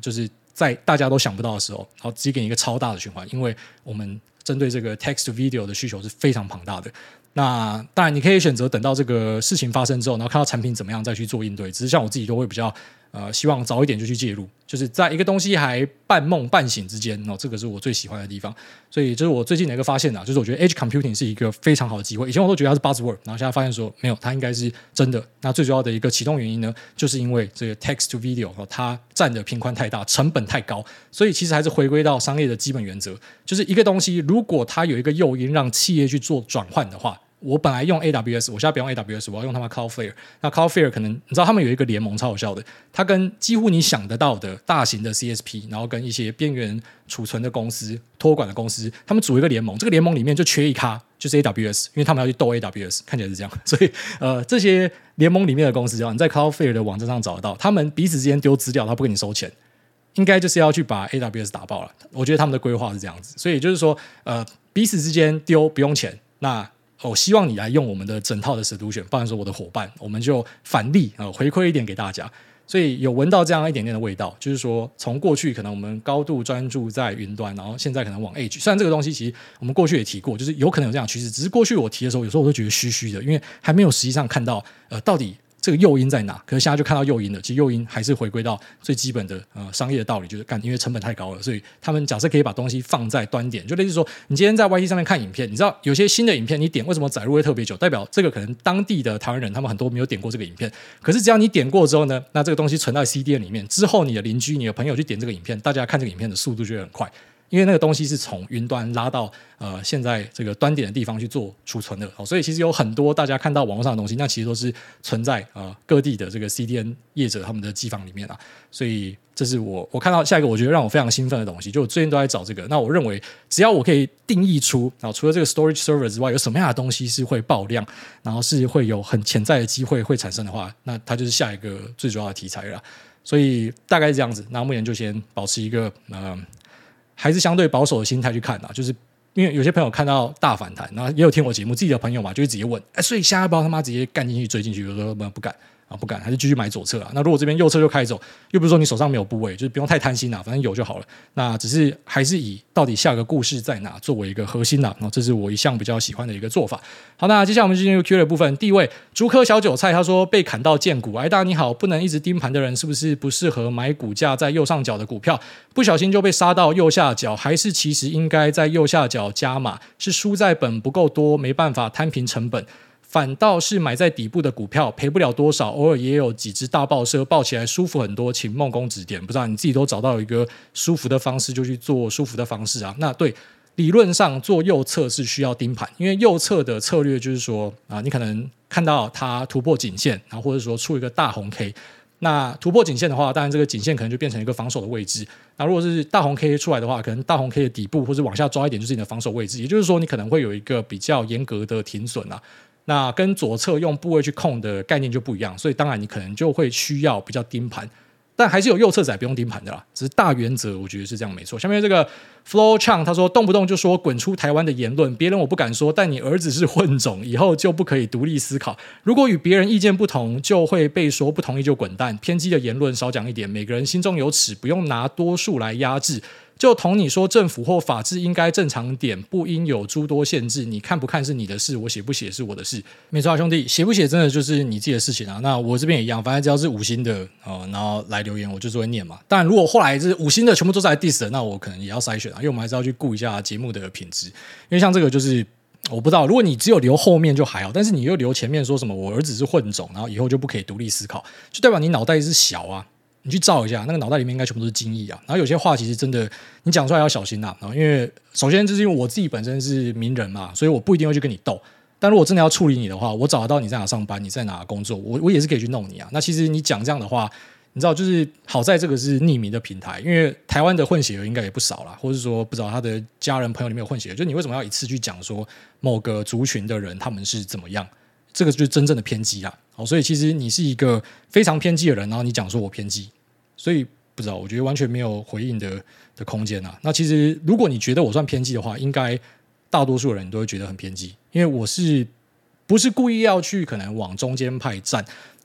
Speaker 1: 在大家都想不到的时候，然后直接给你一个超大的循环，因为我们针对这个 text to video 的需求是非常庞大的。那当然你可以选择等到这个事情发生之后，然后看到产品怎么样再去做应对，只是像我自己都会比较呃希望早一点就去介入，就是在一个东西还半梦半醒之间，哦，这个是我最喜欢的地方。所以这是我最近的一个发现啊，就是我觉得 edge computing 是一个非常好的机会。以前我都觉得它是 buzzword， 然后现在发现说没有，它应该是真的。那最主要的一个启动原因呢，就是因为这个 text to video，哦，它占的频宽太大，成本太高，所以其实还是回归到商业的基本原则，就是一个东西如果它有一个诱因让企业去做转换的话。我本来用 A W S， 我现在不用 A W S， 我要用他们 Cloudflare。那 Cloudflare 可能你知道他们有一个联盟超好笑的，它跟几乎你想得到的大型的 C S P， 然后跟一些边缘储存的公司、托管的公司，他们组一个联盟。这个联盟里面就缺一咖，就是 A W S， 因为他们要去斗 A W S， 看起来是这样。所以呃，这些联盟里面的公司，你在 Cloudflare 的网站上找得到，他们彼此之间丢资料，他不跟你收錢。应该就是要去把 A W S 打爆了。我觉得他们的规划是这样子，所以就是说，呃，彼此之间丢不用钱，那我、哦、希望你来用我们的整套的 solution， 不然说我的伙伴，我们就返利啊、呃，回馈一点给大家。所以有闻到这样一点点的味道，就是说从过去可能我们高度专注在云端，然后现在可能往 edge。虽然这个东西其实我们过去也提过，就是有可能有这样的趋势，只是过去我提的时候，有时候我都觉得虚虚的，因为还没有实际上看到呃到底。这个诱因在哪？可是现在就看到诱因了。其实诱因还是回归到最基本的呃商业的道理，就是干，因为成本太高了，所以他们假设可以把东西放在端点，就类似说，你今天在 Y T 上面看影片，你知道有些新的影片你点为什么载入会特别久，代表这个可能当地的台湾人他们很多没有点过这个影片。可是只要你点过之后呢，那这个东西存在 C D N 里面，之后你的邻居、你的朋友去点这个影片，大家看这个影片的速度就会很快。因为那个东西是从云端拉到呃现在这个端点的地方去做储存的，哦，所以其实有很多大家看到网络上的东西，那其实都是存在呃各地的这个 C D N 业者他们的机房里面啊。所以这是我我看到下一个我觉得让我非常兴奋的东西，就我最近都在找这个。那我认为只要我可以定义出，然后除了这个 storage server 之外，有什么样的东西是会爆量，然后是会有很潜在的机会会产生的话，那它就是下一个最主要的题材了。所以大概是这样子。那目前就先保持一个呃。还是相对保守的心态去看啊，就是因为有些朋友看到大反弹，然后也有听我节目，自己的朋友嘛，就会直接问，哎，所以下一包他妈直接干进去追进去，有时候不敢啊，不敢，还是继续买左侧啊。那如果这边右侧就开走，又不是说你手上没有部位，就是不用太贪心啦，反正有就好了。那只是还是以到底下个故事在哪作为一个核心啦，然后这是我一向比较喜欢的一个做法。好，那接下来我们进入 Q A 的部分。第一位竹科小韭菜他说被砍到见股，哎大你好，不能一直盯盘的人是不是不适合买股价在右上角的股票？不小心就被杀到右下角，还是其实应该在右下角加码？是输在本不够多，没办法摊平成本。反倒是买在底部的股票赔不了多少，偶尔也有几只大爆射，抱起来舒服很多，请梦工指点。不知道你自己都找到一个舒服的方式，就去做舒服的方式啊。那对，理论上做右侧是需要盯盘，因为右侧的策略就是说啊，你可能看到它突破颈线，然后或者说出一个大红 K。那突破颈线的话，当然这个颈线可能就变成一个防守的位置。那如果是大红 K 出来的话，可能大红 K 的底部或者往下抓一点就是你的防守位置，也就是说你可能会有一个比较严格的停损啊。那跟左侧用部位去控的概念就不一样，所以当然你可能就会需要比较盯盘，但还是有右侧仔不用盯盘的啦，只是大原则我觉得是这样没错。下面这个 Flow Chang 他说动不动就说滚出台湾的言论，别人我不敢说，但你儿子是混种，以后就不可以独立思考，如果与别人意见不同就会被说不同意就滚蛋，偏激的言论少讲一点，每个人心中有尺，不用拿多数来压制。就同你说政府或法治应该正常点，不应有诸多限制，你看不看是你的事，我写不写是我的事。没错啊，兄弟，写不写真的就是你自己的事情啊。那我这边也一样，反正只要是五星的、呃、然后来留言我就是会念嘛。当然如果后来是五星的全部都是来 diss 的，那我可能也要筛选啊，因为我们还是要去顾一下节目的品质。因为像这个就是我不知道，如果你只有留后面就还好，但是你又留前面说什么我儿子是混种，然后以后就不可以独立思考，就代表你脑袋是小啊。你去照一下，那个脑袋里面应该全部都是精液啊。然后有些话其实真的你讲出来要小心呐、啊。因为首先就是因为我自己本身是名人嘛，所以我不一定会去跟你斗。但如果真的要处理你的话，我找得到你在哪上班，你在哪工作，我我也是可以去弄你啊。那其实你讲这样的话，你知道就是好在这个是匿名的平台，因为台湾的混血儿应该也不少啦，或者说不知道他的家人朋友里面有混血儿，就你为什么要一次去讲说某个族群的人他们是怎么样？这个就是真正的偏激啦。好，所以其实你是一个非常偏激的人，然后你讲说我偏激，所以不知道，我觉得完全没有回应的的空间啊。那其实如果你觉得我算偏激的话，应该大多数人都会觉得很偏激，因为我是不是故意要去可能往中间派站？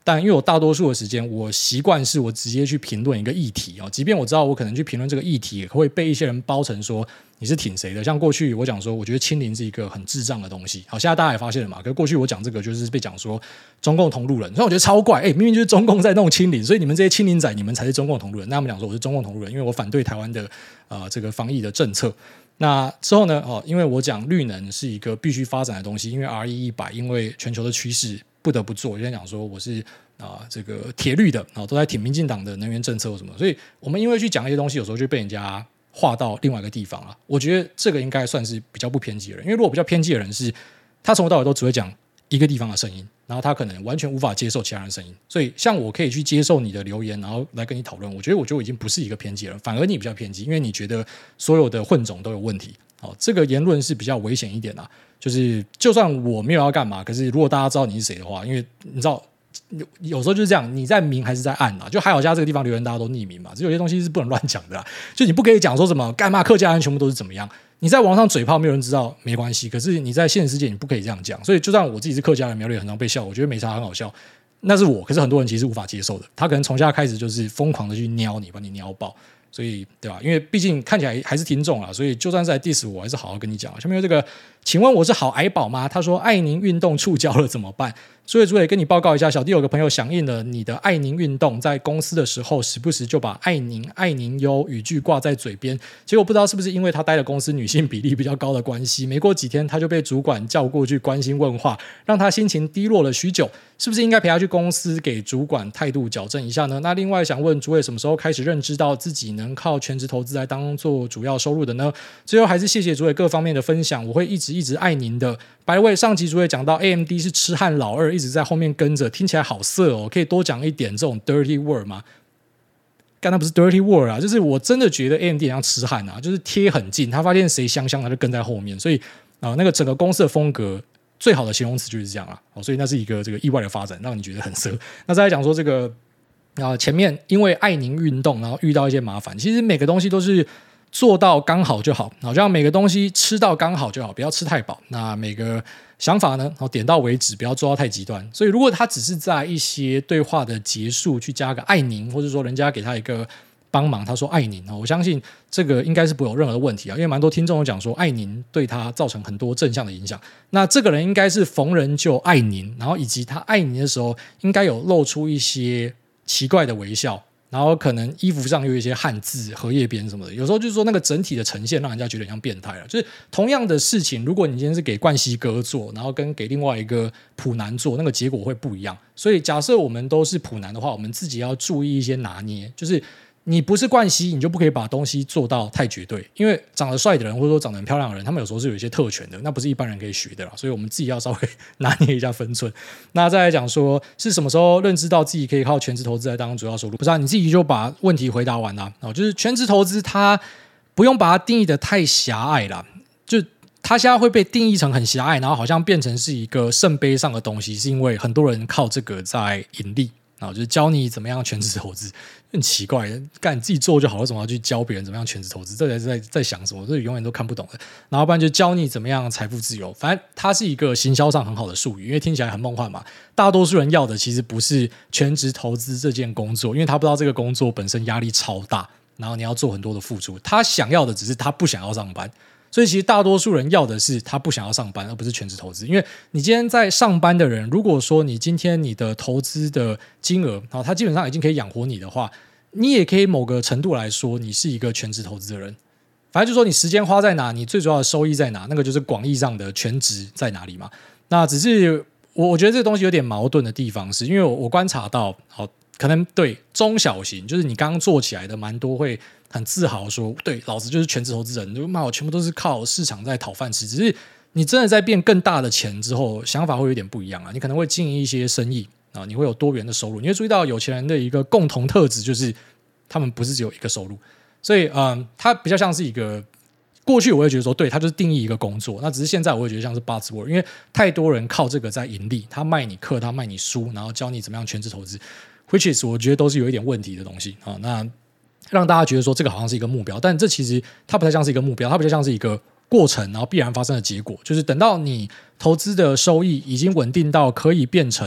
Speaker 2: 但因为我大多数的时间我习惯是我直接去评论一个议题啊，即便我知道我可能去评论这个议题会被一些人包成说你是挺谁的，像过去我讲说我觉得清零是一个很智障的东西，好，现在大家也发现了嘛，可是过去我讲这个就是被讲说中共同路人，所以我觉得超怪，哎，明明就是中共在弄清零，所以你们这些清零仔你们才是中共同路人，那他们讲说我是中共同路人，因为我反对台湾的呃这个防疫的政策。那之后呢？哦，因为我讲绿能是一个必须发展的东西，因为 R E 一百，因为全球的趋势不得不做。我就讲说我是啊、呃、这个铁绿的啊、哦，都在挺民进党的能源政策或什么，所以我们因为去讲一些东西，有时候就被人家划到另外一个地方了。我觉得这个应该算是比较不偏激的人，因为如果比较偏激的人是，他从头到尾都只会讲一个地方的声音，然后他可能完全无法接受其他人的声音。所以像我可以去接受你的留言，然后来跟你讨论，我觉得我就已经不是一个偏激的人，反而你比较偏激，因为你觉得所有的混种都有问题。好，这个言论是比较危险一点啦。就是就算我没有要干嘛，可是如果大家知道你是谁的话，因为你知道有时候就是这样，你在明还是在暗啦？就海咬家这个地方留言大家都匿名嘛，只有些东西是不能乱讲的啦。就你不可以讲说什么干嘛客家人全部都是怎么样，你在网上嘴炮没有人知道没关系，可是你在现实世界你不可以这样讲。所以就算我自己是客家人，苗栗很常被笑，我觉得没啥很好笑，那是我，可是很多人其实无法接受的，他可能从下开始就是疯狂的去撩你，把你撩爆。所以对吧？因为毕竟看起来还是听众啦，所以就算是来 diss 我，还是好好跟你讲。下面有这个，请问我是好矮宝吗？他说爱宁运动触礁了怎么办？所以主委跟你报告一下，小弟有个朋友响应了你的爱宁运动，在公司的时候时不时就把爱宁爱宁优语句挂在嘴边，结果不知道是不是因为他待的公司女性比例比较高的关系，没过几天他就被主管叫过去关心问话，让他心情低落了许久，是不是应该陪他去公司给主管态度矫正一下呢？那另外想问主委什么时候开始认知到自己能靠全职投资来当做主要收入的呢？最后还是谢谢主委各方面的分享，我会一直一直爱您的。白位上集主委讲到 A M D 是痴汉老二，一直在后面跟着，听起来好色哦，可以多讲一点这种 dirty word 吗？干，那不是 dirty word 啊，就是我真的觉得 A M D 很像痴汉啊，就是贴很近，他发现谁香香他就跟在后面，所以啊、呃，那个整个公司的风格最好的形容词就是这样啊，哦，所以那是一个这个意外的发展，让你觉得很色。那再来讲说这个啊、呃，前面因为爱宁运动，然后遇到一些麻烦，其实每个东西都是做到刚好就好，好像每个东西吃到刚好就好，不要吃太饱。那每个想法呢，点到为止，不要做到太极端。所以如果他只是在一些对话的结束去加个爱您，或者说人家给他一个帮忙，他说爱您，我相信这个应该是不会有任何的问题啊，因为蛮多听众有讲说爱您对他造成很多正向的影响。那这个人应该是逢人就爱您，然后以及他爱您的时候应该有露出一些奇怪的微笑，然后可能衣服上有一些汉字荷叶边什么的，有时候就是说那个整体的呈现让人家觉得很像变态了。就是同样的事情，如果你今天是给冠希哥做，然后跟给另外一个普男做，那个结果会不一样。所以假设我们都是普男的话，我们自己要注意一些拿捏，就是你不是冠希，你就不可以把东西做到太绝对，因为长得帅的人或者说长得很漂亮的人，他们有时候是有一些特权的，那不是一般人可以学的啦，所以我们自己要稍微拿捏一下分寸。那再来讲说是什么时候认知到自己可以靠全职投资来当主要收入，不是啊，你自己就把问题回答完啦、哦、就是全职投资它不用把它定义的太狭隘啦，就它现在会被定义成很狭隘，然后好像变成是一个圣杯上的东西，是因为很多人靠这个在盈利，然后就是教你怎么样全职投资，很奇怪，干你自己做就好，为什么要去教别人怎么样全职投资？这才是在在想什么？这永远都看不懂的。然后不然就教你怎么样财富自由，反正它是一个行销上很好的术语，因为听起来很梦幻嘛。大多数人要的其实不是全职投资这件工作，因为他不知道这个工作本身压力超大，然后你要做很多的付出。他想要的只是他不想要上班。所以其实大多数人要的是他不想要上班，而不是全职投资。因为你今天在上班的人，如果说你今天你的投资的金额，然后它基本上已经可以养活你的话，你也可以某个程度来说，你是一个全职投资的人。反正就是说你时间花在哪，你最主要的收益在哪，那个就是广义上的全职在哪里嘛。那只是我我觉得这个东西有点矛盾的地方是，因为我我观察到，好，可能对中小型，就是你刚刚做起来的蛮多会很自豪说，对，老子就是全职投资人，就骂我全部都是靠市场在讨饭吃。只是你真的在变更大的钱之后，想法会有点不一样啊。你可能会经营一些生意啊，你会有多元的收入。你会注意到有钱人的一个共同特质，就是他们不是只有一个收入。所以，嗯，它比较像是一个过去我会觉得说，对，它就是定义一个工作。那只是现在我会觉得像是 buzzword， 因为太多人靠这个在盈利，他卖你课，他卖你书，然后教你怎么样全职投资 ，which is 我觉得都是有一点问题的东西啊。那让大家觉得说这个好像是一个目标，但这其实它不太像是一个目标，它比较像是一个过程，然后必然发生的结果。就是等到你投资的收益已经稳定到可以变成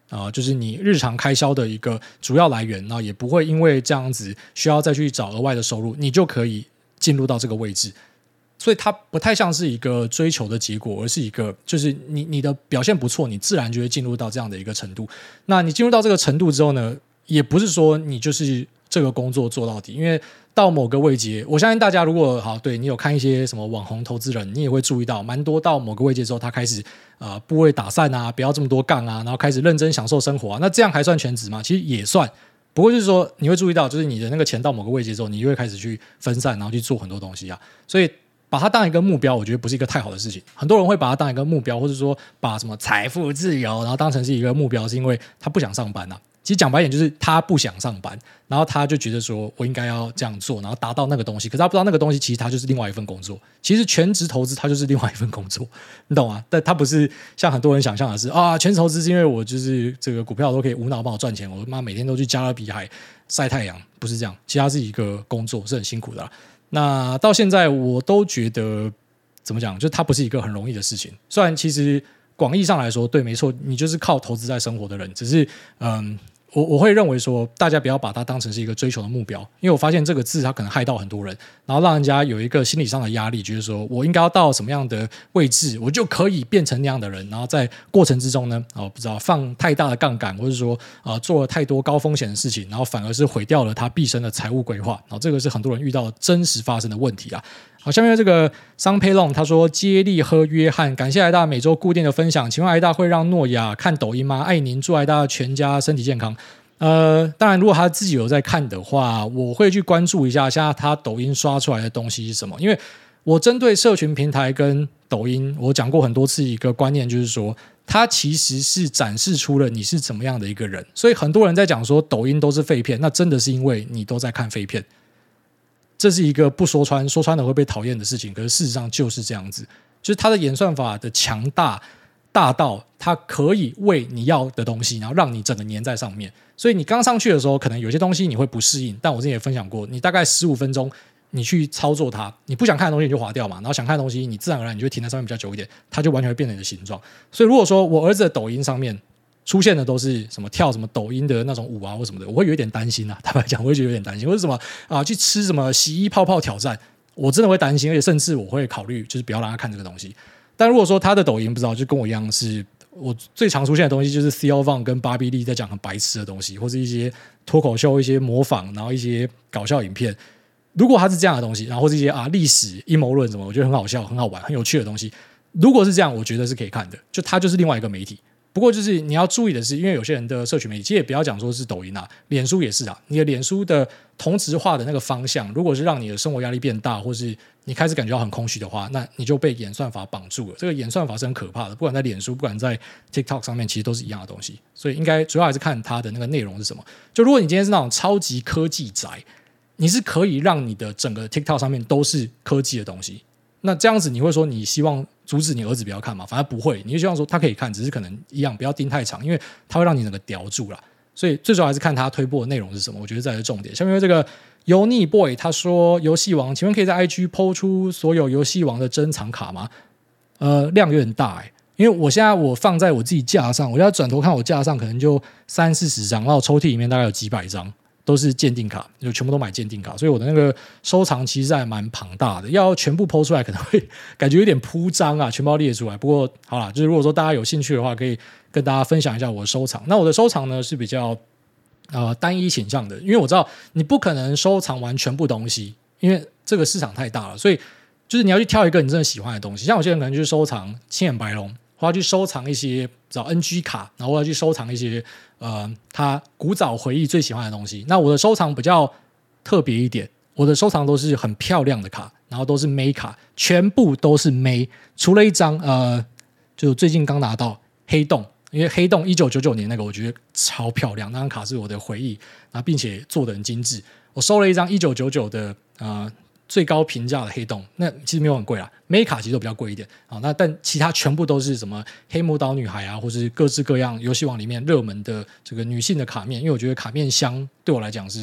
Speaker 2: 呃，就是你日常开销的一个主要来源，然后也不会因为这样子需要再去找额外的收入，你就可以进入到这个位置。所以它不太像是一个追求的结果，而是一个就是你你的表现不错，你自然就会进入到这样的一个程度。那你进入到这个程度之后呢，也不是说你就是这个工作做到底，因为到某个位阶，我相信大家如果好对你有看一些什么网红投资人，你也会注意到蛮多到某个位阶之后，他开始呃部位打散啊，不要这么多杠啊，然后开始认真享受生活啊，那这样还算全职吗？其实也算。不过就是说你会注意到，就是你的那个钱到某个位阶之后，你就会开始去分散，然后去做很多东西啊，所以把它当一个目标，我觉得不是一个太好的事情。很多人会把它当一个目标，或者说把什么财富自由，然后当成是一个目标，是因为他不想上班啊。其实讲白一点，就是他不想上班，然后他就觉得说我应该要这样做，然后达到那个东西。可是他不知道那个东西其实他就是另外一份工作。其实全职投资它就是另外一份工作，你懂吗？但他不是像很多人想象的是啊，全职投资是因为我就是这个股票都可以无脑帮我赚钱，我妈每天都去加勒比海晒太阳，不是这样。其实它是一个工作，是很辛苦的啦。那到现在我都觉得怎么讲，就它不是一个很容易的事情。虽然其实广义上来说，对，没错，你就是靠投资在生活的人，只是嗯。我我会认为说，大家不要把它当成是一个追求的目标，因为我发现这个字它可能害到很多人，然后让人家有一个心理上的压力，觉得说我应该要到什么样的位置，我就可以变成那样的人，然后在过程之中呢，哦，不知道放太大的杠杆，或者说啊、呃、做了太多高风险的事情，然后反而是毁掉了他毕生的财务规划，然后这个是很多人遇到真实发生的问题啊。好，下面这个桑佩龙他说接力喝约翰，感谢挨大每周固定的分享，请问挨大会让诺亚看抖音吗？爱您，祝挨大全家身体健康。呃，当然如果他自己有在看的话，我会去关注一下现在他抖音刷出来的东西是什么，因为我针对社群平台跟抖音，我讲过很多次一个观念，就是说它其实是展示出了你是怎么样的一个人，所以很多人在讲说抖音都是废片，那真的是因为你都在看废片。这是一个不说穿，说穿了会被讨厌的事情，可是事实上就是这样子，就是它的演算法的强大，大到它可以为你要的东西，然后让你整个黏在上面。所以你刚上去的时候，可能有些东西你会不适应，但我之前也分享过，你大概十五分钟你去操作它，你不想看的东西你就滑掉嘛，然后想看的东西你自然而然你就会停在上面比较久一点，它就完全会变成你的形状。所以如果说我儿子的抖音上面出现的都是什么跳什么抖音的那种舞啊或什么的，我会有一点担心啊。坦白讲，我会觉得有点担心，或者什么啊去吃什么洗衣泡泡挑战，我真的会担心，而且甚至我会考虑就是不要让他看这个东西。但如果说他的抖音不知道，就跟我一样是。我最常出现的东西就是 Theo Von 跟芭比莉在讲很白痴的东西，或是一些脱口秀、一些模仿，然后一些搞笑影片。如果它是这样的东西，然后或是一些啊历史阴谋论什么，我觉得很好笑、很好玩、很有趣的东西。如果是这样，我觉得是可以看的，就它就是另外一个媒体。不过就是你要注意的是，因为有些人的社群媒体，其实也不要讲说是抖音啊，脸书也是啊。你的脸书的同质化的那个方向，如果是让你的生活压力变大，或是你开始感觉到很空虚的话，那你就被演算法绑住了。这个演算法是很可怕的，不管在脸书，不管在 TikTok 上面，其实都是一样的东西。所以应该主要还是看它的那个内容是什么。就如果你今天是那种超级科技宅，你是可以让你的整个 TikTok 上面都是科技的东西。那这样子你会说你希望阻止你儿子不要看吗？反而不会，你就希望说他可以看，只是可能一样不要盯太长，因为他会让你整个叼住啦。所以最主要还是看他推播的内容是什么，我觉得这才是重点。下面这个油腻 boy 他说游戏王，请问可以在 I G po 出所有游戏王的珍藏卡吗？呃，量有点大欸，因为我现在我放在我自己架上，我要转头看我架上可能就三四十张，然后抽屉里面大概有几百张。都是鉴定卡，就全部都买鉴定卡，所以我的那个收藏其实还蛮庞大的，要全部剖出来可能会感觉有点铺张啊，全部列出来。不过好啦，就是如果说大家有兴趣的话，可以跟大家分享一下我的收藏。那我的收藏呢是比较呃单一倾向的，因为我知道你不可能收藏完全部东西，因为这个市场太大了，所以就是你要去挑一个你真的喜欢的东西。像有些人可能就是收藏青眼白龙，或要去收藏一些找 N G 卡，然后我要去收藏一些呃他古早回忆最喜欢的东西。那我的收藏比较特别一点，我的收藏都是很漂亮的卡，然后都是妹卡，全部都是妹，除了一张呃，就最近刚拿到黑洞，因为黑洞一九九九年那个我觉得超漂亮，那张卡是我的回忆，然后并且做得很精致。我收了一张一九九九的呃。最高评价的黑洞，那其实没有很贵啦，美卡其实都比较贵一点啊。那但其他全部都是什么黑魔岛女孩啊，或是各式各样游戏王里面热门的这个女性的卡面，因为我觉得卡面香对我来讲是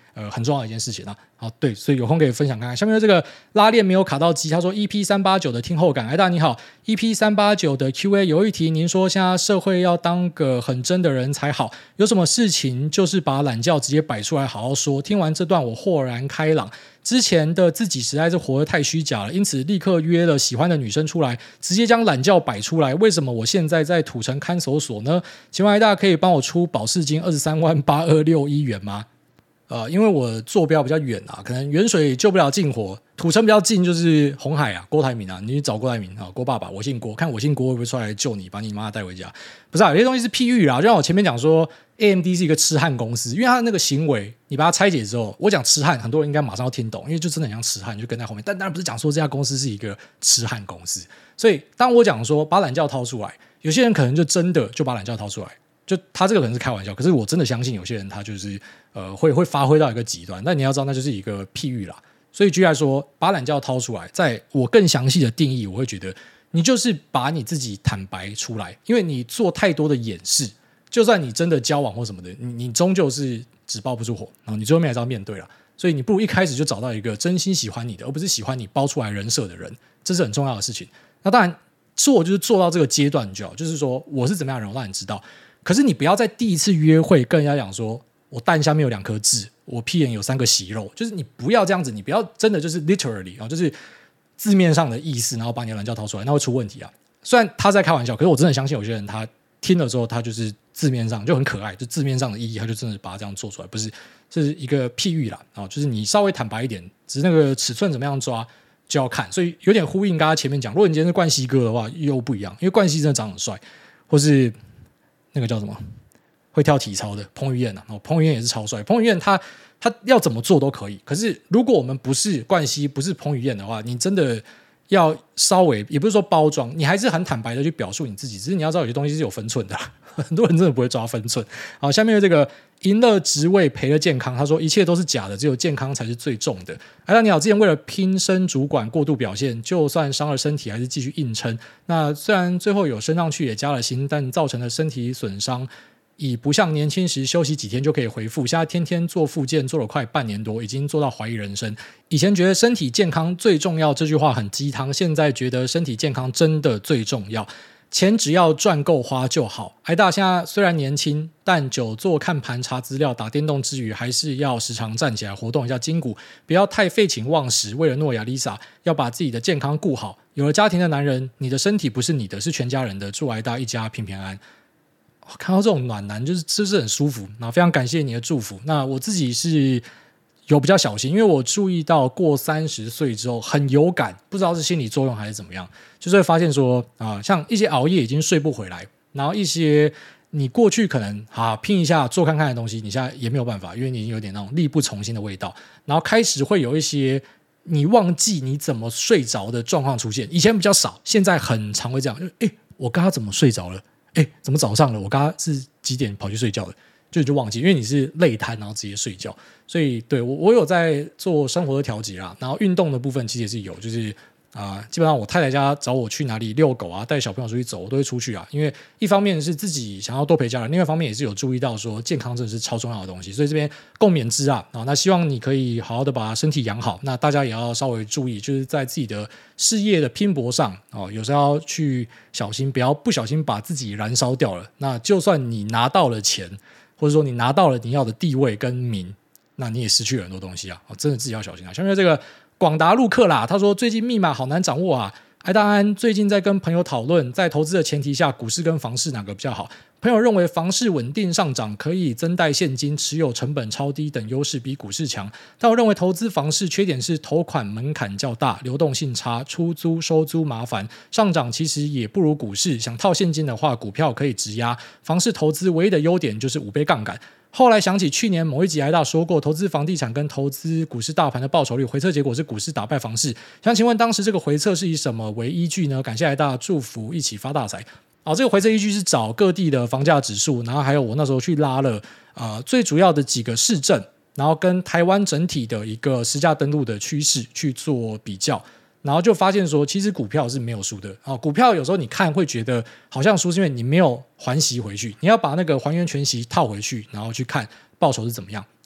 Speaker 2: 呃很重要的一件事情啊。好，对，所以有空可以分享看看。下面这个拉链没有卡到机，他说 E P 三八九 的听后感，哎大你好 ，E P 三八九 的 Q A 有一题，您说现在社会要当个很真的人才好，有什么事情就是把懒觉直接摆出来好好说。听完这段我豁然开朗。之前的自己实在是活得太虚假了，因此立刻约了喜欢的女生出来，直接将懒觉摆出来。为什么我现在在土城看守所呢？请问大家可以帮我出保释金二十三万八二六一元吗？呃，因为我坐标比较远啊，可能远水救不了近火，土城比较近就是红海啊，郭台铭啊，你去找郭台铭啊，郭爸爸，我姓郭，看我姓郭会不会出来救你，把你妈带回家？不是啊，有些东西是譬喻啦，就像我前面讲说 A M D 是一个痴汉公司，因为它那个行为，你把它拆解之后，我讲痴汉，很多人应该马上要听懂，因为就真的很像痴汉，就跟在后面。但当然不是讲说这家公司是一个痴汉公司，所以当我讲说把懒觉掏出来，有些人可能就真的就把懒觉掏出来。就他这个可能是开玩笑，可是我真的相信有些人他就是呃会会发挥到一个极端，但你要知道那就是一个譬喻啦。所以举例来说，把懒觉掏出来，在我更详细的定义，我会觉得你就是把你自己坦白出来，因为你做太多的掩饰，就算你真的交往或什么的，你你终究是纸包不住火，然后你最后面还是要面对了。所以你不如一开始就找到一个真心喜欢你的，而不是喜欢你包出来人设的人，这是很重要的事情。那当然做就是做到这个阶段就好，就是说我是怎么样的人，我让你知道。可是你不要在第一次约会跟人家讲说我蛋下面有两颗痣，我屁眼有三个息肉，就是你不要这样子，你不要真的就是 literally 就是字面上的意思，然后把你的懒觉掏出来，那会出问题啊。虽然他在开玩笑，可是我真的相信有些人他听了之后，他就是字面上就很可爱，就字面上的意义，他就真的把它这样做出来，不是是一个譬喻啦啊，就是你稍微坦白一点，只是那个尺寸怎么样抓就要看，所以有点呼应刚刚前面讲，如果你今天是冠希哥的话又不一样，因为冠希真的长得很帅，或是那个叫什么会跳体操的彭于晏啊，哦，彭于晏也是超帅。彭于晏他他要怎么做都可以，可是如果我们不是冠希，不是彭于晏的话，你真的要稍微也不是说包装，你还是很坦白的去表述你自己，只是你要知道有些东西是有分寸的啦，很多人真的不会抓分寸。好，下面有这个赢了职位赔了健康，他说一切都是假的，只有健康才是最重的。哎，那你好，之前为了拼升主管过度表现，就算伤了身体还是继续硬撑，那虽然最后有升上去也加了薪，但造成的身体损伤已不像年轻时休息几天就可以恢复，现在天天做复健做了快半年多，已经做到怀疑人生。以前觉得身体健康最重要这句话很鸡汤，现在觉得身体健康真的最重要，钱只要赚够花就好。挨大现在虽然年轻，但久坐看盘查资料打电动之余，还是要时常站起来活动一下筋骨，不要太废寝忘食。为了诺亚 Lisa 要把自己的健康顾好。有了家庭的男人，你的身体不是你的，是全家人的。祝挨大一家平平安安。看到这种暖男就是就是很舒服，那非常感谢你的祝福。那我自己是有比较小心，因为我注意到过三十岁之后很有感，不知道是心理作用还是怎么样，就是会发现说啊，像一些熬夜已经睡不回来，然后一些你过去可能啊拼一下做看看的东西，你现在也没有办法，因为你已经有点那种力不从心的味道，然后开始会有一些你忘记你怎么睡着的状况出现。以前比较少，现在很常会这样，哎，我刚刚怎么睡着了？哎，怎么早上了？我刚刚是几点跑去睡觉的？就就忘记，因为你是累瘫，然后直接睡觉。所以对我我有在做生活的调节啦，然后运动的部分其实也是有，就是啊、呃，基本上我太太家找我去哪里遛狗啊，带小朋友出去走，我都会出去啊。因为一方面是自己想要多陪家人，另外一方面也是有注意到说健康真的是超重要的东西，所以这边共勉之啊。啊，那希望你可以好好的把身体养好，那大家也要稍微注意，就是在自己的事业的拼搏上哦，有时候要去小心，不要不小心把自己燃烧掉了。那就算你拿到了钱，或者说你拿到了你要的地位跟名，那你也失去了很多东西啊！哦、真的自己要小心啊。下面这个广达路克啦，他说最近密码好难掌握啊。艾大安最近在跟朋友讨论，在投资的前提下，股市跟房市哪个比较好？朋友认为房市稳定上涨，可以增贷现金，持有成本超低等优势比股市强。但我认为投资房市缺点是头款门槛较大，流动性差，出租收租麻烦，上涨其实也不如股市。想套现金的话，股票可以质押。房市投资唯一的优点就是五倍杠杆。后来想起去年某一集挨大说过，投资房地产跟投资股市大盘的报酬率回测结果是股市打败房市。想请问当时这个回测是以什么为依据呢？感谢挨大祝福，一起发大财。好，这个回测依据是找各地的房价指数，然后还有我那时候去拉了呃最主要的几个市镇，然后跟台湾整体的一个实价登录的趋势去做比较。然后就发现说，其实股票是没有输的啊。股票有时候你看会觉得好像输，是因为你没有还息回去，你要把那个还原权息套回去，然后去看报酬是怎么样。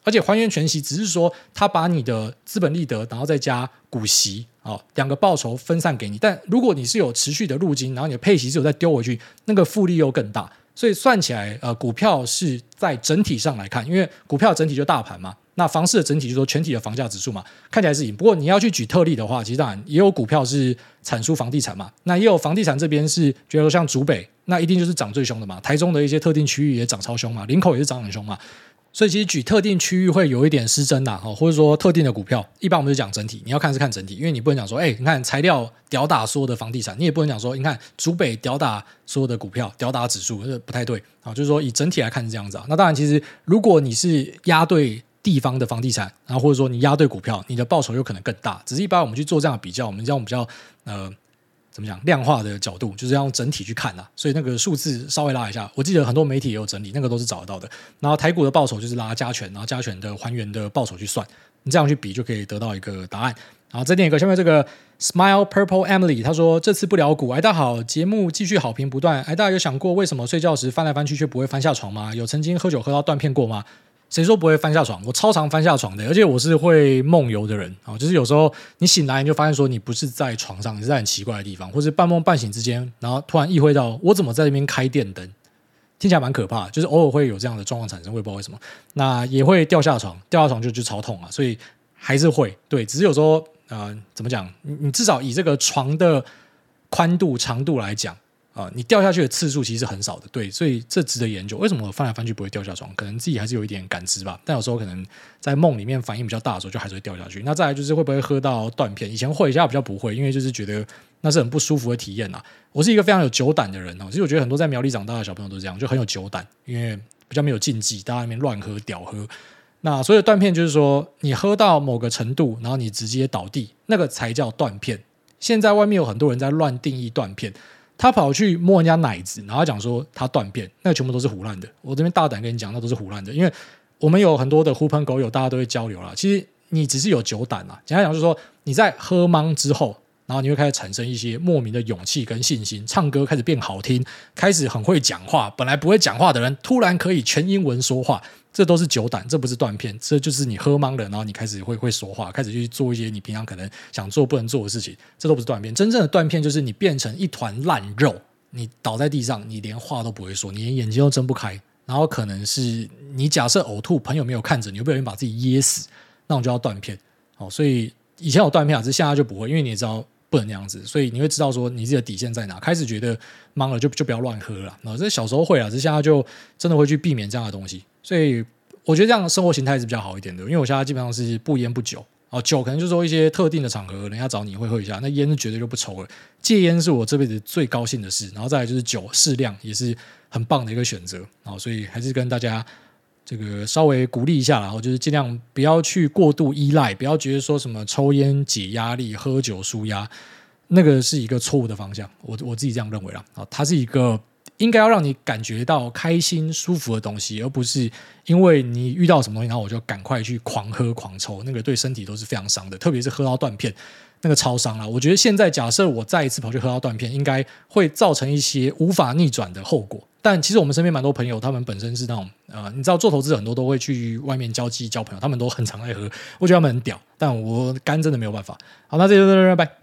Speaker 2: 而且还原全息只是说他把你的资本利得然后再加股息哦，两个报酬分散给你，但如果你是有持续的入金，然后你的配息是有再丢回去，那个复利又更大，所以算起来呃，股票是在整体上来看，因为股票整体就大盘嘛，那房市的整体就是说全体的房价指数嘛，看起来是赢。不过你要去举特例的话，其实当然也有股票是产出房地产嘛，那也有房地产这边是觉得说像竹北，那一定就是涨最凶的嘛，台中的一些特定区域也涨超凶嘛，林口也是涨很凶嘛。所以其实举特定区域会有一点失真啦，或者说特定的股票，一般我们就讲整体，你要看是看整体，因为你不能讲说，哎，你看材料屌打所有的房地产，你也不能讲说，你看竹北屌打所有的股票，屌打指数，这不太对啊。就是说以整体来看是这样子啊。那当然，其实如果你是押对地方的房地产，然后或者说你押对股票，你的报酬有可能更大。只是一般我们去做这样的比较，我们这样比较呃。怎么讲量化的角度，就是要用整体去看啊，所以那个数字稍微拉一下，我记得很多媒体也有整理，那个都是找得到的。然后台股的报酬就是拉加权，然后加权的还原的报酬去算，你这样去比就可以得到一个答案。好，再点一个，下面这个 Smile Purple Emily， 他说这次不聊股，挨大好，节目继续好评不断。挨大有想过为什么睡觉时翻来翻去却不会翻下床吗？有曾经喝酒喝到断片过吗？谁说不会翻下床？我超常翻下床的，而且我是会梦游的人啊，就是有时候你醒来你就发现说你不是在床上，你是在很奇怪的地方，或是半梦半醒之间，然后突然意会到我怎么在那边开电灯，听起来蛮可怕的，就是偶尔会有这样的状况产生，我也不知道为什么。那也会掉下床，掉下床就就超痛啊，所以还是会对，只是有时候呃怎么讲，你你至少以这个床的宽度长度来讲。啊、呃，你掉下去的次数其实很少的，对，所以这值得研究。为什么我翻来翻去不会掉下床？可能自己还是有一点感知吧，但有时候可能在梦里面反应比较大的时候，就还是会掉下去。那再来就是会不会喝到断片？以前会，现在比较不会，因为就是觉得那是很不舒服的体验啊。我是一个非常有酒胆的人哦，其实我觉得很多在苗栗长大的小朋友都是这样，就很有酒胆，因为比较没有禁忌，大家在那边乱喝、屌喝。那所以断片就是说，你喝到某个程度，然后你直接倒地，那个才叫断片。现在外面有很多人在乱定义断片。他跑去摸人家奶子，然后讲说他断片，那个全部都是胡乱的。我这边大胆跟你讲，那都是胡乱的，因为我们有很多的狐朋狗友，大家都会交流啦。其实你只是有酒胆啦，简单讲就是说你在喝茫之后，然后你会开始产生一些莫名的勇气跟信心，唱歌开始变好听，开始很会讲话，本来不会讲话的人突然可以全英文说话。这都是酒胆，这不是断片，这就是你喝茫了，然后你开始会会说话，开始去做一些你平常可能想做不能做的事情，这都不是断片。真正的断片就是你变成一团烂肉，你倒在地上，你连话都不会说，你连眼睛都睁不开，然后可能是你假设嘔吐，朋友没有看着你，会不会有人把自己噎死，那种就要断片。哦，所以以前有断片，只是现在就不会，因为你也知道不能那样子，所以你会知道说你自己的底线在哪，开始觉得茫了就就不要乱喝了。然后这小时候会啊，只是现在就真的会去避免这样的东西。所以我觉得这样的生活形态是比较好一点的，因为我现在基本上是不烟不酒哦，酒可能就是说一些特定的场合人家找你会喝一下，那烟是绝对就不抽了。戒烟是我这辈子最高兴的事，然后再来就是酒适量也是很棒的一个选择哦，所以还是跟大家这个稍微鼓励一下啦，然后就是尽量不要去过度依赖，不要觉得说什么抽烟解压力、喝酒舒压，那个是一个错误的方向。我我自己这样认为啦，哦，它是一个应该要让你感觉到开心舒服的东西，而不是因为你遇到什么东西然后我就赶快去狂喝狂抽，那个对身体都是非常伤的，特别是喝到断片那个超伤啦。我觉得现在假设我再一次跑去喝到断片，应该会造成一些无法逆转的后果。但其实我们身边蛮多朋友，他们本身是那种呃，你知道做投资很多都会去外面交际交朋友，他们都很常爱喝，我觉得他们很屌，但我肝真的没有办法。好，那这就到这，拜拜。